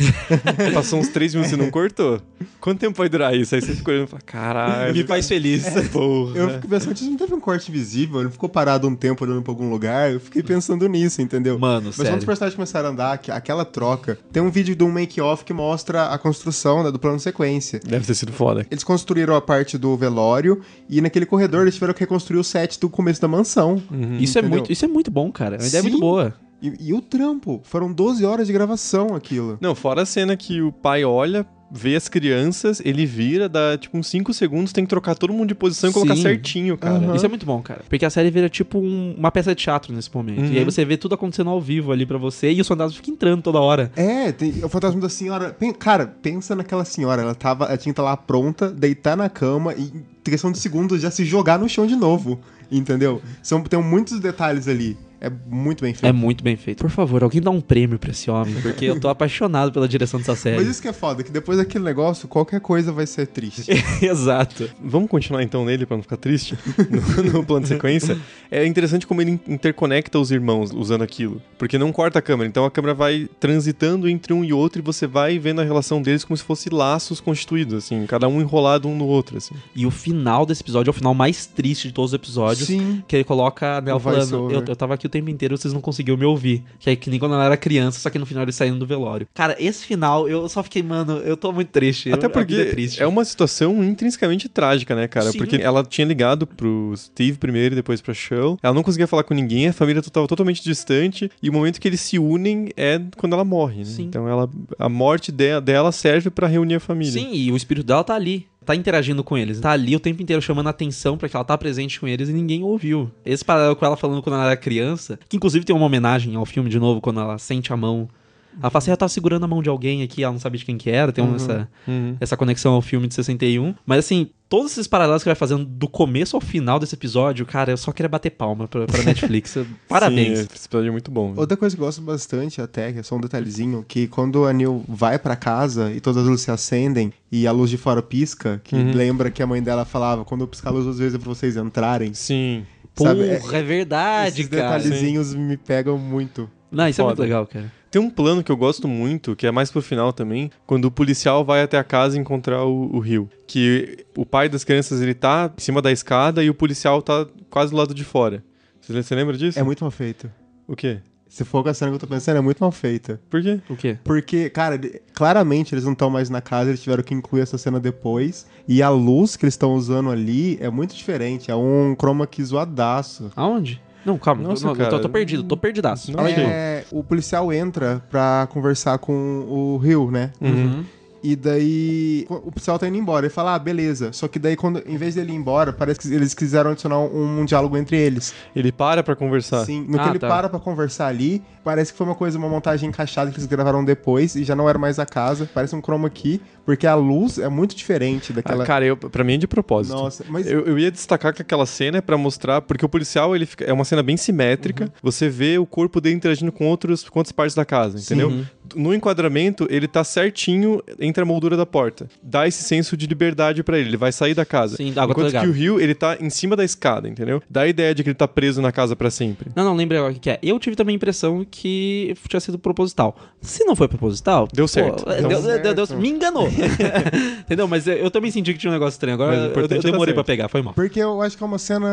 Passou uns 3 minutos e não cortou. Quanto tempo vai durar isso? Aí você fica olhando e fala, caralho. Me faz feliz. Porra. Eu fico pensando, não teve um corte visível, ele ficou parado um tempo olhando pra algum lugar, eu fiquei pensando nisso, entendeu? Mano, Mas sério. quando os personagens começaram a andar, aquela troca, tem um vídeo de um make-off que mostra a construção, né, do plano sequência. Deve ter sido foda. Eles construíram a parte do velório e naquele corredor eles tiveram que reconstruir o set do começo da mansão. Isso, Entendeu? isso é muito bom, cara. É uma ideia Sim. muito boa. E o trampo, foram 12 horas de gravação aquilo. Não, fora a cena que o pai olha, vê as crianças, ele vira, dá tipo uns 5 segundos, tem que trocar todo mundo de posição e colocar Sim. certinho, cara. Aham. Isso é muito bom, cara. Porque a série vira tipo uma peça de teatro nesse momento. Uhum. E aí você vê tudo acontecendo ao vivo ali pra você e os fantasmas ficam entrando toda hora. É, tem o fantasma da senhora. Cara, pensa naquela senhora. Ela tinha que estar lá pronta, deitar na cama e, em questão de segundos, já se jogar no chão de novo. Entendeu? Tem muitos detalhes ali. É muito bem feito. É muito bem feito. Por favor, alguém dá um prêmio pra esse homem, porque eu tô apaixonado pela direção dessa série. Mas isso que é foda, que depois daquele negócio, qualquer coisa vai ser triste. Exato. Vamos continuar então nele pra não ficar triste no plano de sequência. É interessante como ele interconecta os irmãos usando aquilo, porque não corta a câmera, então a câmera vai transitando entre um e outro e você vai vendo a relação deles como se fosse laços constituídos, assim, cada um enrolado um no outro, assim. E o final desse episódio é o final mais triste de todos os episódios. Sim. Que ele coloca a Nel O falando, voice-over. eu tava aqui o tempo inteiro, vocês não conseguiam me ouvir. Que é que nem quando ela era criança, só que no final eles saíram do velório. Cara, esse final, eu só fiquei, mano, eu tô muito triste. Até A porque vida é triste. é uma situação intrinsecamente trágica, né, cara? Sim. Porque ela tinha ligado pro Steve primeiro e depois pra Shirl. Ela não conseguia falar com ninguém, a família tava totalmente distante. E o momento que eles se unem é quando ela morre, né? Sim. Então a morte dela serve pra reunir a família. Sim, e o espírito dela tá ali. Tá interagindo com eles. Tá ali o tempo inteiro chamando a atenção pra que ela tá presente com eles e ninguém ouviu. Esse paralelo com ela falando quando ela era criança, que inclusive tem uma homenagem ao filme de novo, quando ela sente a mão. Ela fala assim, ela tava segurando a mão de alguém aqui, ela não sabia de quem que era, tem essa conexão ao filme de 61. Mas assim, todos esses paralelos que vai fazendo do começo ao final desse episódio, cara, eu só queria bater palma pra Netflix. Parabéns. Sim, esse episódio é muito bom. Outra coisa que eu gosto bastante até, que é só um detalhezinho, que quando a Neil vai pra casa e todas as luzes se acendem e a luz de fora pisca, que lembra que a mãe dela falava, quando eu piscar a luz duas vezes é pra vocês entrarem. Sim. Porra, Sabe, é verdade, Esses cara. detalhezinhos me pegam muito. Não, isso é muito Foda. legal, cara. Tem um plano que eu gosto muito, que é mais pro final também, quando o policial vai até a casa encontrar o Rio. Que o pai das crianças, ele tá em cima da escada e o policial tá quase do lado de fora. Você lembra disso? É muito mal feito. O quê? Se for com a cena que eu tô pensando, é muito mal feita. Por quê? O quê? Porque, cara, claramente eles não estão mais na casa, eles tiveram que incluir essa cena depois. E a luz que eles estão usando ali é muito diferente. É um chroma key zoadaço. Aonde? Não, calma. Nossa, não, cara. tô perdido, tô perdidaço. Não achei. O policial entra pra conversar com o Rio, né? Uhum. E daí o policial tá indo embora. Ele fala, ah, beleza. Só que daí, em vez dele ir embora, parece que eles quiseram adicionar um diálogo entre eles. Ele para pra conversar. Sim, no que Ah, ele tá. para pra conversar ali, parece que foi uma montagem encaixada que eles gravaram depois e já não era mais a casa. Parece um chroma key, porque a luz é muito diferente daquela... Ah, cara, pra mim é de propósito. Nossa, mas... Eu ia destacar que aquela cena é pra mostrar, porque o policial, é uma cena bem simétrica, você vê o corpo dele interagindo com outras partes da casa, entendeu? Uhum. No enquadramento, ele tá certinho entre a moldura da porta. Dá esse senso de liberdade pra ele vai sair da casa. Sim, agora tô Enquanto que ligado. o Rio, ele tá em cima da escada, entendeu? Dá a ideia de que ele tá preso na casa pra sempre. Não, lembrei agora o que é. Eu tive também a impressão que tinha sido proposital. Se não foi proposital... Deu certo. Deu Deu certo. me enganou. Entendeu? Mas eu também senti que tinha um negócio estranho. Agora Mas o importante eu é dar demorei pra certo. pegar, foi mal. Porque eu acho que é uma cena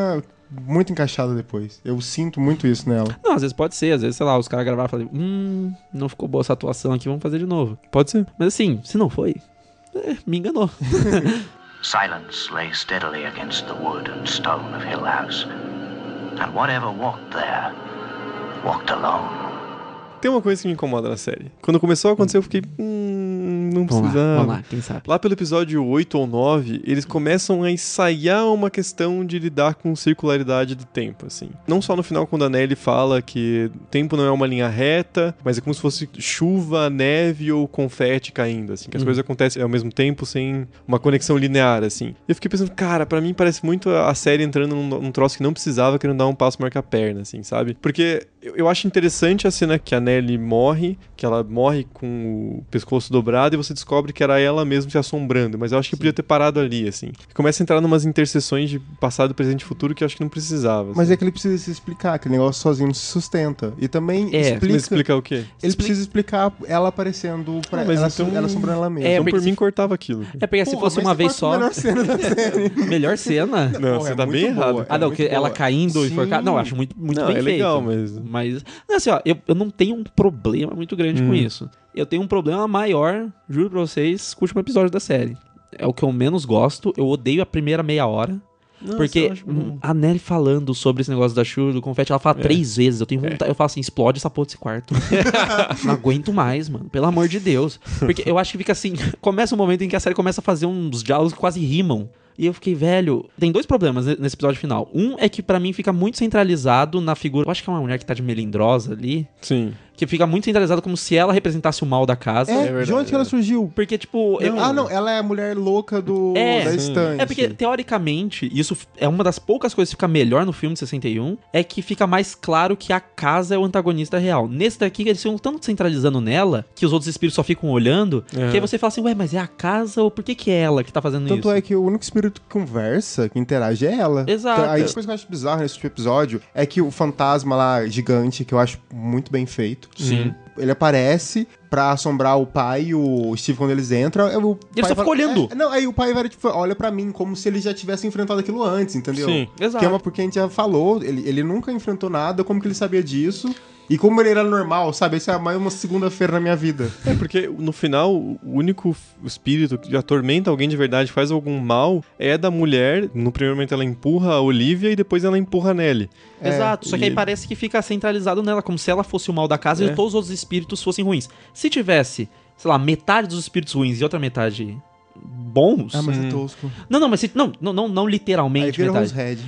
muito encaixada depois. Eu sinto muito isso nela. Não, às vezes pode ser. Às vezes, sei lá, os caras gravaram e falaram, não ficou boa essa atuação aqui, vamos fazer de novo. Pode ser. Mas assim, se não foi, me enganou. Silence lay steadily against the wood and stone of Hill House, and whatever walked there walked alone. Tem uma coisa que me incomoda na série. Quando começou a acontecer, eu fiquei... não precisava. Vamos lá, quem sabe? Lá pelo episódio 8 ou 9, eles começam a ensaiar uma questão de lidar com circularidade do tempo, assim. Não só no final, quando a Nelly fala que o tempo não é uma linha reta, mas é como se fosse chuva, neve ou confete caindo, assim. Que as coisas acontecem ao mesmo tempo, sem uma conexão linear, assim. E eu fiquei pensando, cara, pra mim parece muito a série entrando num troço que não precisava, querendo dar um passo marcar a perna, assim, sabe? Porque eu acho interessante a cena que a Nelly morre, que ela morre com o pescoço dobrado e você descobre que era ela mesma se assombrando, mas eu acho que podia ter parado ali, assim. Começa a entrar numas interseções de passado, presente e futuro que eu acho que não precisava. Mas assim. é que ele precisa se explicar, que o negócio sozinho não se sustenta. E também Mas explicar o quê? Ele precisa explicar ela aparecendo pra mas ela, então- ela assombrando ela mesma. Então, porque por mim, cortava aquilo. É porque se fosse mas uma você vez corta só... a melhor cena da série. Melhor cena? Não, Porra, você é tá muito bem boa. errado. Ah, não, muito que ela boa. caindo e Sim. enforcada. Não, eu acho muito Não, bem é feito. legal, Mas não, assim, ó, eu não tenho um problema muito grande com isso. Eu tenho um problema maior, juro pra vocês, com o último episódio da série. É o que eu menos gosto. Eu odeio a primeira meia hora. Nossa, Porque eu acho bom. a Nelly falando sobre esse negócio da chuva, do confete, ela fala 3 vezes. Eu tenho vontade, eu falo assim, explode essa porra desse quarto. Não aguento mais, mano. Pelo amor de Deus. Porque eu acho que fica assim, começa um momento em que a série começa a fazer uns diálogos que quase rimam. E eu fiquei, velho, tem 2 problemas nesse episódio final. Um é que pra mim fica muito centralizado na figura, eu acho que é uma mulher que tá de melindrosa ali, Sim. que fica muito centralizado como se ela representasse o mal da casa. É, de onde que ela surgiu? Porque, tipo... Não, ela é a mulher louca da estante. É porque, teoricamente, isso é uma das poucas coisas que fica melhor no filme de 61, é que fica mais claro que a casa é o antagonista real. Nesse daqui, eles ficam tanto centralizando nela, que os outros espíritos só ficam olhando, que aí você fala assim, ué, mas é a casa ou por que é ela que tá fazendo isso? Tanto é que o único espírito que conversa, que interage, é ela. Exato. Aí a coisa que eu acho bizarra nesse último episódio é que o fantasma lá, gigante, que eu acho muito bem feito. Sim. Ele aparece pra assombrar o pai e o Steve quando eles entram. Ele só fica olhando. Aí o pai vai, tipo, olha pra mim como se ele já tivesse enfrentado aquilo antes, entendeu? Sim. Exato. Que é uma porque a gente já falou, ele nunca enfrentou nada, como que ele sabia disso? E como ele era normal, sabe? Isso é mais uma segunda-feira na minha vida. É, porque no final, o único espírito que atormenta alguém de verdade, faz algum mal, é da mulher. No primeiro momento ela empurra a Olivia e depois ela empurra a Nelly. Exato, só que aí e- parece que fica centralizado nela, como se ela fosse o mal da casa e todos os outros espíritos fossem ruins. Se tivesse, sei lá, metade dos espíritos ruins e outra metade bons... Ah, mas é tosco. Não, mas não Aí literalmente vira metade. Rosehead.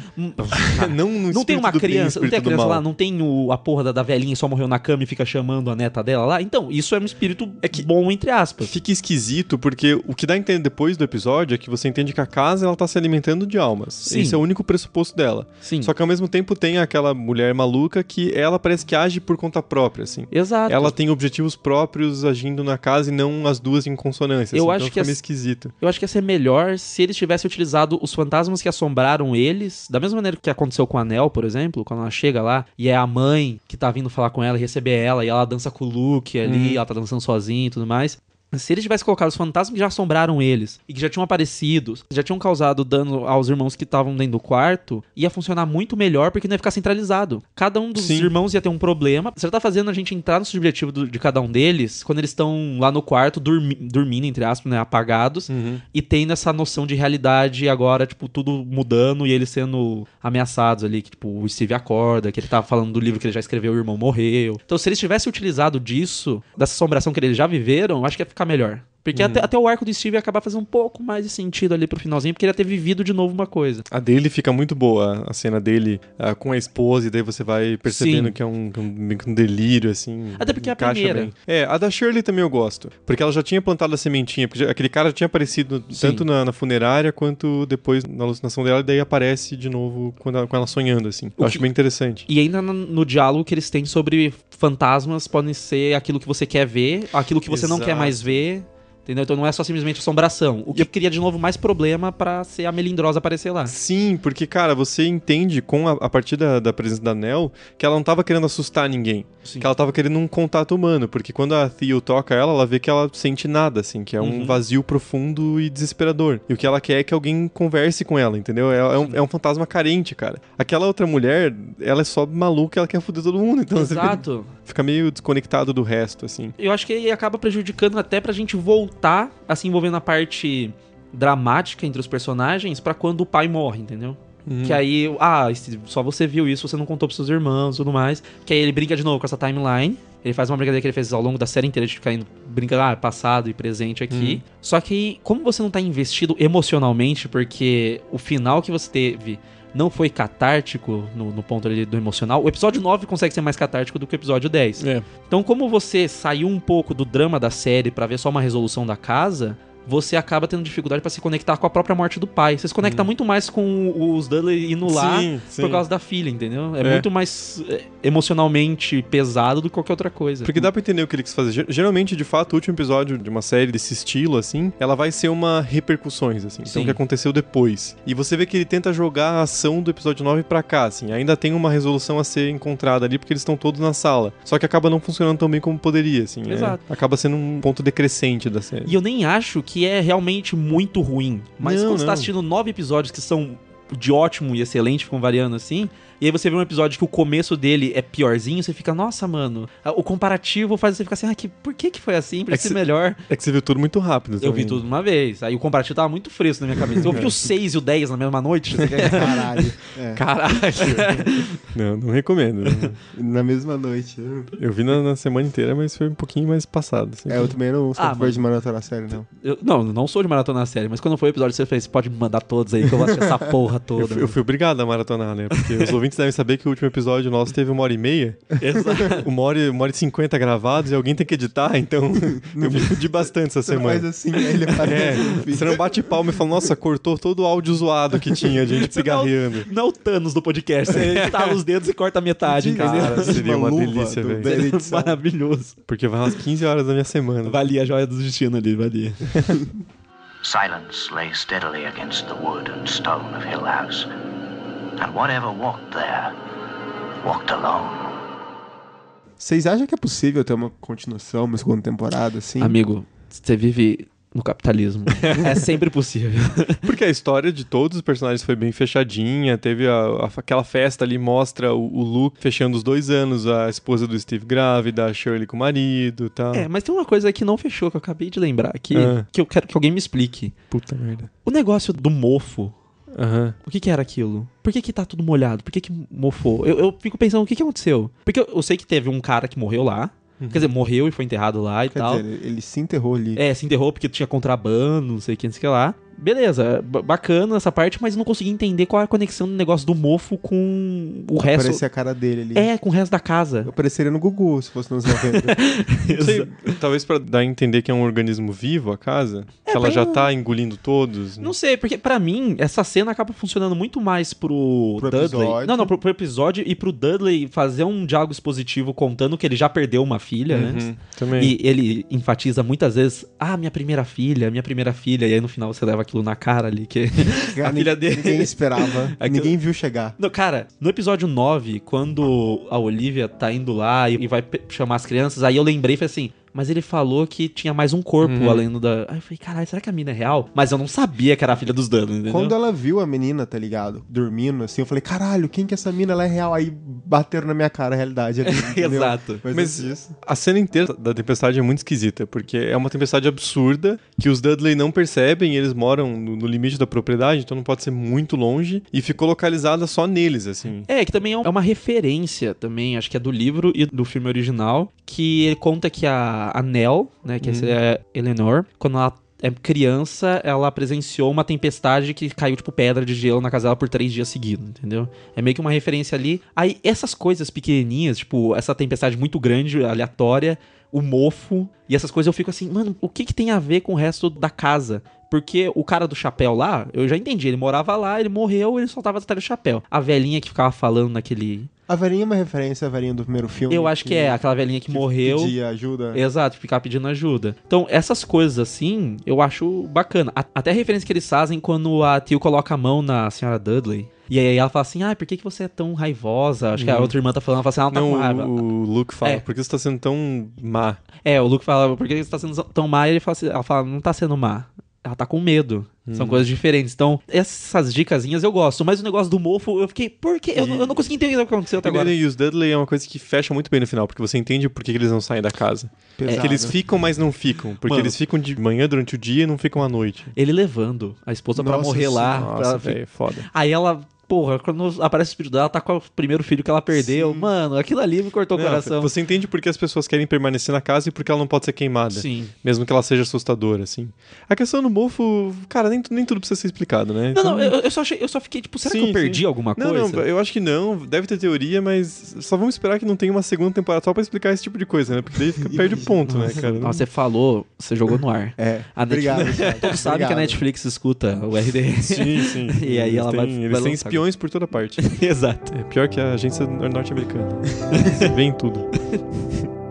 não no Não tem espírito uma do bem, criança, não tem a espírito do criança mal. lá, não tem a porra da velhinha só morreu na cama e fica chamando a neta dela lá. Então, isso é um espírito bom, entre aspas. Fica esquisito, porque o que dá a entender depois do episódio é que você entende que a casa ela tá se alimentando de almas. Sim. Esse é o único pressuposto dela. Sim. Só que ao mesmo tempo tem aquela mulher maluca que ela parece que age por conta própria, assim. Exato. Ela tem objetivos próprios agindo na casa e não as duas em consonância. Eu assim. acho Então que fica meio esquisito. Eu acho que ia ser melhor se eles tivessem utilizado os fantasmas que assombraram eles, da mesma maneira que aconteceu com a Nell, por exemplo, quando ela chega lá e é a mãe que tá vindo falar com ela e receber ela, e ela dança com o Luke ali, ela tá dançando sozinha e tudo mais. Se eles tivessem colocado os fantasmas que já assombraram eles e que já tinham aparecido, já tinham causado dano aos irmãos que estavam dentro do quarto, ia funcionar muito melhor porque não ia ficar centralizado. Cada um dos irmãos ia ter um problema. Você tá fazendo a gente entrar no subjetivo de cada um deles quando eles estão lá no quarto dormindo, entre aspas, né, apagados, e tendo essa noção de realidade agora, tipo, tudo mudando e eles sendo ameaçados ali, que tipo, o Steve acorda, que ele tava falando do livro que ele já escreveu, o irmão morreu. Então, se eles tivessem utilizado disso, dessa assombração que eles já viveram, eu acho que ia ficar melhor. Porque até o arco do Steve ia acabar fazendo um pouco mais de sentido ali pro finalzinho, porque ele ia ter vivido de novo uma coisa. A dele fica muito boa, a cena dele com a esposa, e daí você vai percebendo Sim. que é um delírio, assim. Até porque é a encaixa primeira. bem. É, a da Shirley também eu gosto. Porque ela já tinha plantado a sementinha, porque aquele cara já tinha aparecido Sim. tanto na funerária quanto depois na alucinação dela, e daí aparece de novo com ela sonhando, assim. Eu acho bem interessante. E ainda no diálogo que eles têm sobre fantasmas podem ser aquilo que você quer ver, aquilo que você não quer Exato. mais ver, Entendeu? Então não é só simplesmente assombração. O que cria de novo mais problema pra ser a Melindrosa aparecer lá. Sim, porque, cara, você entende a partir da presença da Nell que ela não tava querendo assustar ninguém. Sim. Que ela tava querendo um contato humano. Porque quando a Theo toca ela vê que ela sente nada, assim, que é um vazio profundo e desesperador. E o que ela quer é que alguém converse com ela, entendeu? É um fantasma carente, cara. Aquela outra mulher, ela é só maluca, ela quer foder todo mundo. Então Exato. você fica meio desconectado do resto, assim. Eu acho que aí acaba prejudicando até pra gente voltar a se envolver na parte dramática entre os personagens pra quando o pai morre, entendeu? Que aí, só você viu isso, você não contou pros seus irmãos e tudo mais. Que aí ele brinca de novo com essa timeline. Ele faz uma brincadeira que ele fez ao longo da série inteira de ficar indo, brinca, passado e presente aqui. Só que, como você não tá investido emocionalmente, porque o final que você teve não foi catártico no ponto ali do emocional, o episódio 9 consegue ser mais catártico do que o episódio 10. Então, como você saiu um pouco do drama da série pra ver só uma resolução da casa, você acaba tendo dificuldade pra se conectar com a própria morte do pai. Você se conecta muito mais com os Dudley indo lá por causa da filha, entendeu? É muito mais emocionalmente pesado do que qualquer outra coisa. Porque dá pra entender o que ele quis fazer. Geralmente, de fato, o último episódio de uma série desse estilo, assim, ela vai ser uma repercussões, assim. Então, o que aconteceu depois. E você vê que ele tenta jogar a ação do episódio 9 pra cá, assim. Ainda tem uma resolução a ser encontrada ali, porque eles estão todos na sala. Só que acaba não funcionando tão bem como poderia, assim. Exato. Acaba sendo um ponto decrescente da série. E eu nem acho que é realmente muito ruim. Mas quando você tá assistindo 9 episódios que são de ótimo e excelente, ficam variando assim, e aí você vê um episódio que o começo dele é piorzinho, você fica, nossa, mano, o comparativo faz você ficar assim, por que foi assim? Pra ser melhor. É que você viu tudo muito rápido. Eu vi tudo de uma vez. Aí o comparativo tava muito fresco na minha cabeça. Eu vi o 6 e o 10 na mesma noite. Caralho. Caralho. Não recomendo. Na mesma noite. Eu vi na semana inteira, mas foi um pouquinho mais passado. Assim. Eu também não sou de maratona a série, não. Eu não sou de maratona a série, mas quando foi o episódio, você fez, pode me mandar todos aí, que eu vou assistir essa porra toda. Eu fui obrigado a maratonar, né? Porque os ouvintes devem saber que o último episódio nosso teve 1h30. Exato. 1h e 50 gravados e alguém tem que editar, então eu me fudi bastante essa semana. Mas assim, ele você não bate palma e fala, nossa, cortou todo o áudio zoado que tinha de gente pigarreando. Não é o Thanos do podcast, você estala os dedos e corta a metade, entendeu? Cara, seria uma delícia, velho. Maravilhoso. Porque vai umas 15 horas da minha semana. Valia a joia do destino ali, valia. Silence lay steadily against the wood and stone of Hill House, and whatever walked there walked alone. Vocês acham que é possível ter uma continuação, uma segunda temporada, assim? Amigo, você vive no capitalismo. É sempre possível. Porque a história de todos os personagens foi bem fechadinha. Teve aquela festa ali, mostra o Luke fechando os 2 anos, a esposa do Steve grávida, a Shirley com o marido e tal. Mas tem uma coisa que não fechou, que eu acabei de lembrar aqui, que eu quero que alguém me explique. Puta merda. O negócio do mofo. O que era aquilo? Por que tá tudo molhado? Por que mofou? Eu fico pensando, o que aconteceu? Porque eu sei que teve um cara que morreu lá. Quer dizer, morreu e foi enterrado lá e tal. Quer dizer, ele se enterrou ali. Se enterrou porque tinha contrabando, não sei o que lá. Beleza, bacana essa parte, mas eu não consegui entender qual é a conexão do negócio do mofo com o resto. Parecia a cara dele ali. Com o resto da casa. Eu apareceria no Gugu, se fosse nos 90. Sei, talvez pra dar a entender que é um organismo vivo a casa, que ela já tá engolindo todos. Não sei, porque pra mim, essa cena acaba funcionando muito mais pro Dudley. Episódio. Não, pro episódio e pro Dudley fazer um diálogo expositivo contando que ele já perdeu uma filha, né? Também. E ele enfatiza muitas vezes, minha primeira filha. E aí no final você leva aquilo na cara ali, que a filha dele... Ninguém esperava, ninguém viu chegar. Não, cara, no episódio 9, quando a Olivia tá indo lá e vai chamar as crianças, aí eu lembrei e falei assim... Mas ele falou que tinha mais um corpo além do da... Aí eu falei, caralho, será que a mina é real? Mas eu não sabia que era a filha dos Dudley, entendeu? Quando ela viu a menina, tá ligado? Dormindo, assim, eu falei, caralho, quem que é essa mina? Ela é real. Aí bateram na minha cara a realidade. Ali, Exato. Mas a cena inteira da tempestade é muito esquisita, porque é uma tempestade absurda, que os Dudley não percebem, eles moram no limite da propriedade, então não pode ser muito longe, e ficou localizada só neles, assim. Que também é uma referência, também, acho que é do livro e do filme original, que ele conta que a Nell, né, que é a Eleanor, quando ela é criança, ela presenciou uma tempestade que caiu, tipo, pedra de gelo na casa dela por 3 dias seguidos, entendeu? É meio que uma referência ali. Aí, essas coisas pequenininhas, tipo, essa tempestade muito grande, aleatória, o mofo, e essas coisas eu fico assim, mano, o que tem a ver com o resto da casa? Porque o cara do chapéu lá, eu já entendi, ele morava lá, ele morreu, ele só tava atrás do chapéu. A velhinha que ficava falando naquele... A velhinha é uma referência à velhinha do primeiro filme. Eu acho que é aquela velhinha que morreu. Pedia ajuda. Exato, ficar pedindo ajuda. Então, essas coisas assim, eu acho bacana. Até a referência que eles fazem quando a Teal coloca a mão na senhora Dudley. E aí ela fala assim, por que você é tão raivosa? Acho que a outra irmã tá falando, ela fala assim, ela tá com raiva. O Luke fala, por que você tá sendo tão má? O Luke fala, por que você tá sendo tão má? E ele fala assim, ela fala, não tá sendo má. Ela tá com medo. São coisas diferentes. Então, essas dicasinhas eu gosto. Mas o negócio do mofo, eu fiquei... Por quê? Eu não consegui entender o que aconteceu até agora. E os Dudley é uma coisa que fecha muito bem no final. Porque você entende por que eles não saem da casa. Porque eles ficam, mas não ficam. Porque eles ficam de manhã durante o dia e não ficam à noite. Ele levando a esposa pra morrer lá. Nossa, velho, foda. Aí ela... Porra, quando aparece o espírito dela, tá com o primeiro filho que ela perdeu. Sim. Mano, aquilo ali me cortou o coração. Você entende por que as pessoas querem permanecer na casa e por que ela não pode ser queimada. Sim. Mesmo que ela seja assustadora, assim. A questão do mofo, cara, nem tudo precisa ser explicado, né? Não, eu só fiquei, tipo, será que eu perdi alguma coisa? Não, eu acho que não. Deve ter teoria, mas só vamos esperar que não tenha uma segunda temporada só pra explicar esse tipo de coisa, né? Porque daí perde o ponto, né, cara? Nossa, você falou, você jogou no ar. Obrigado. Todos sabem que a Netflix escuta o RDS. Sim. E aí Eles têm espiões por toda parte. Exato. É pior que a agência norte-americana. Vem em tudo.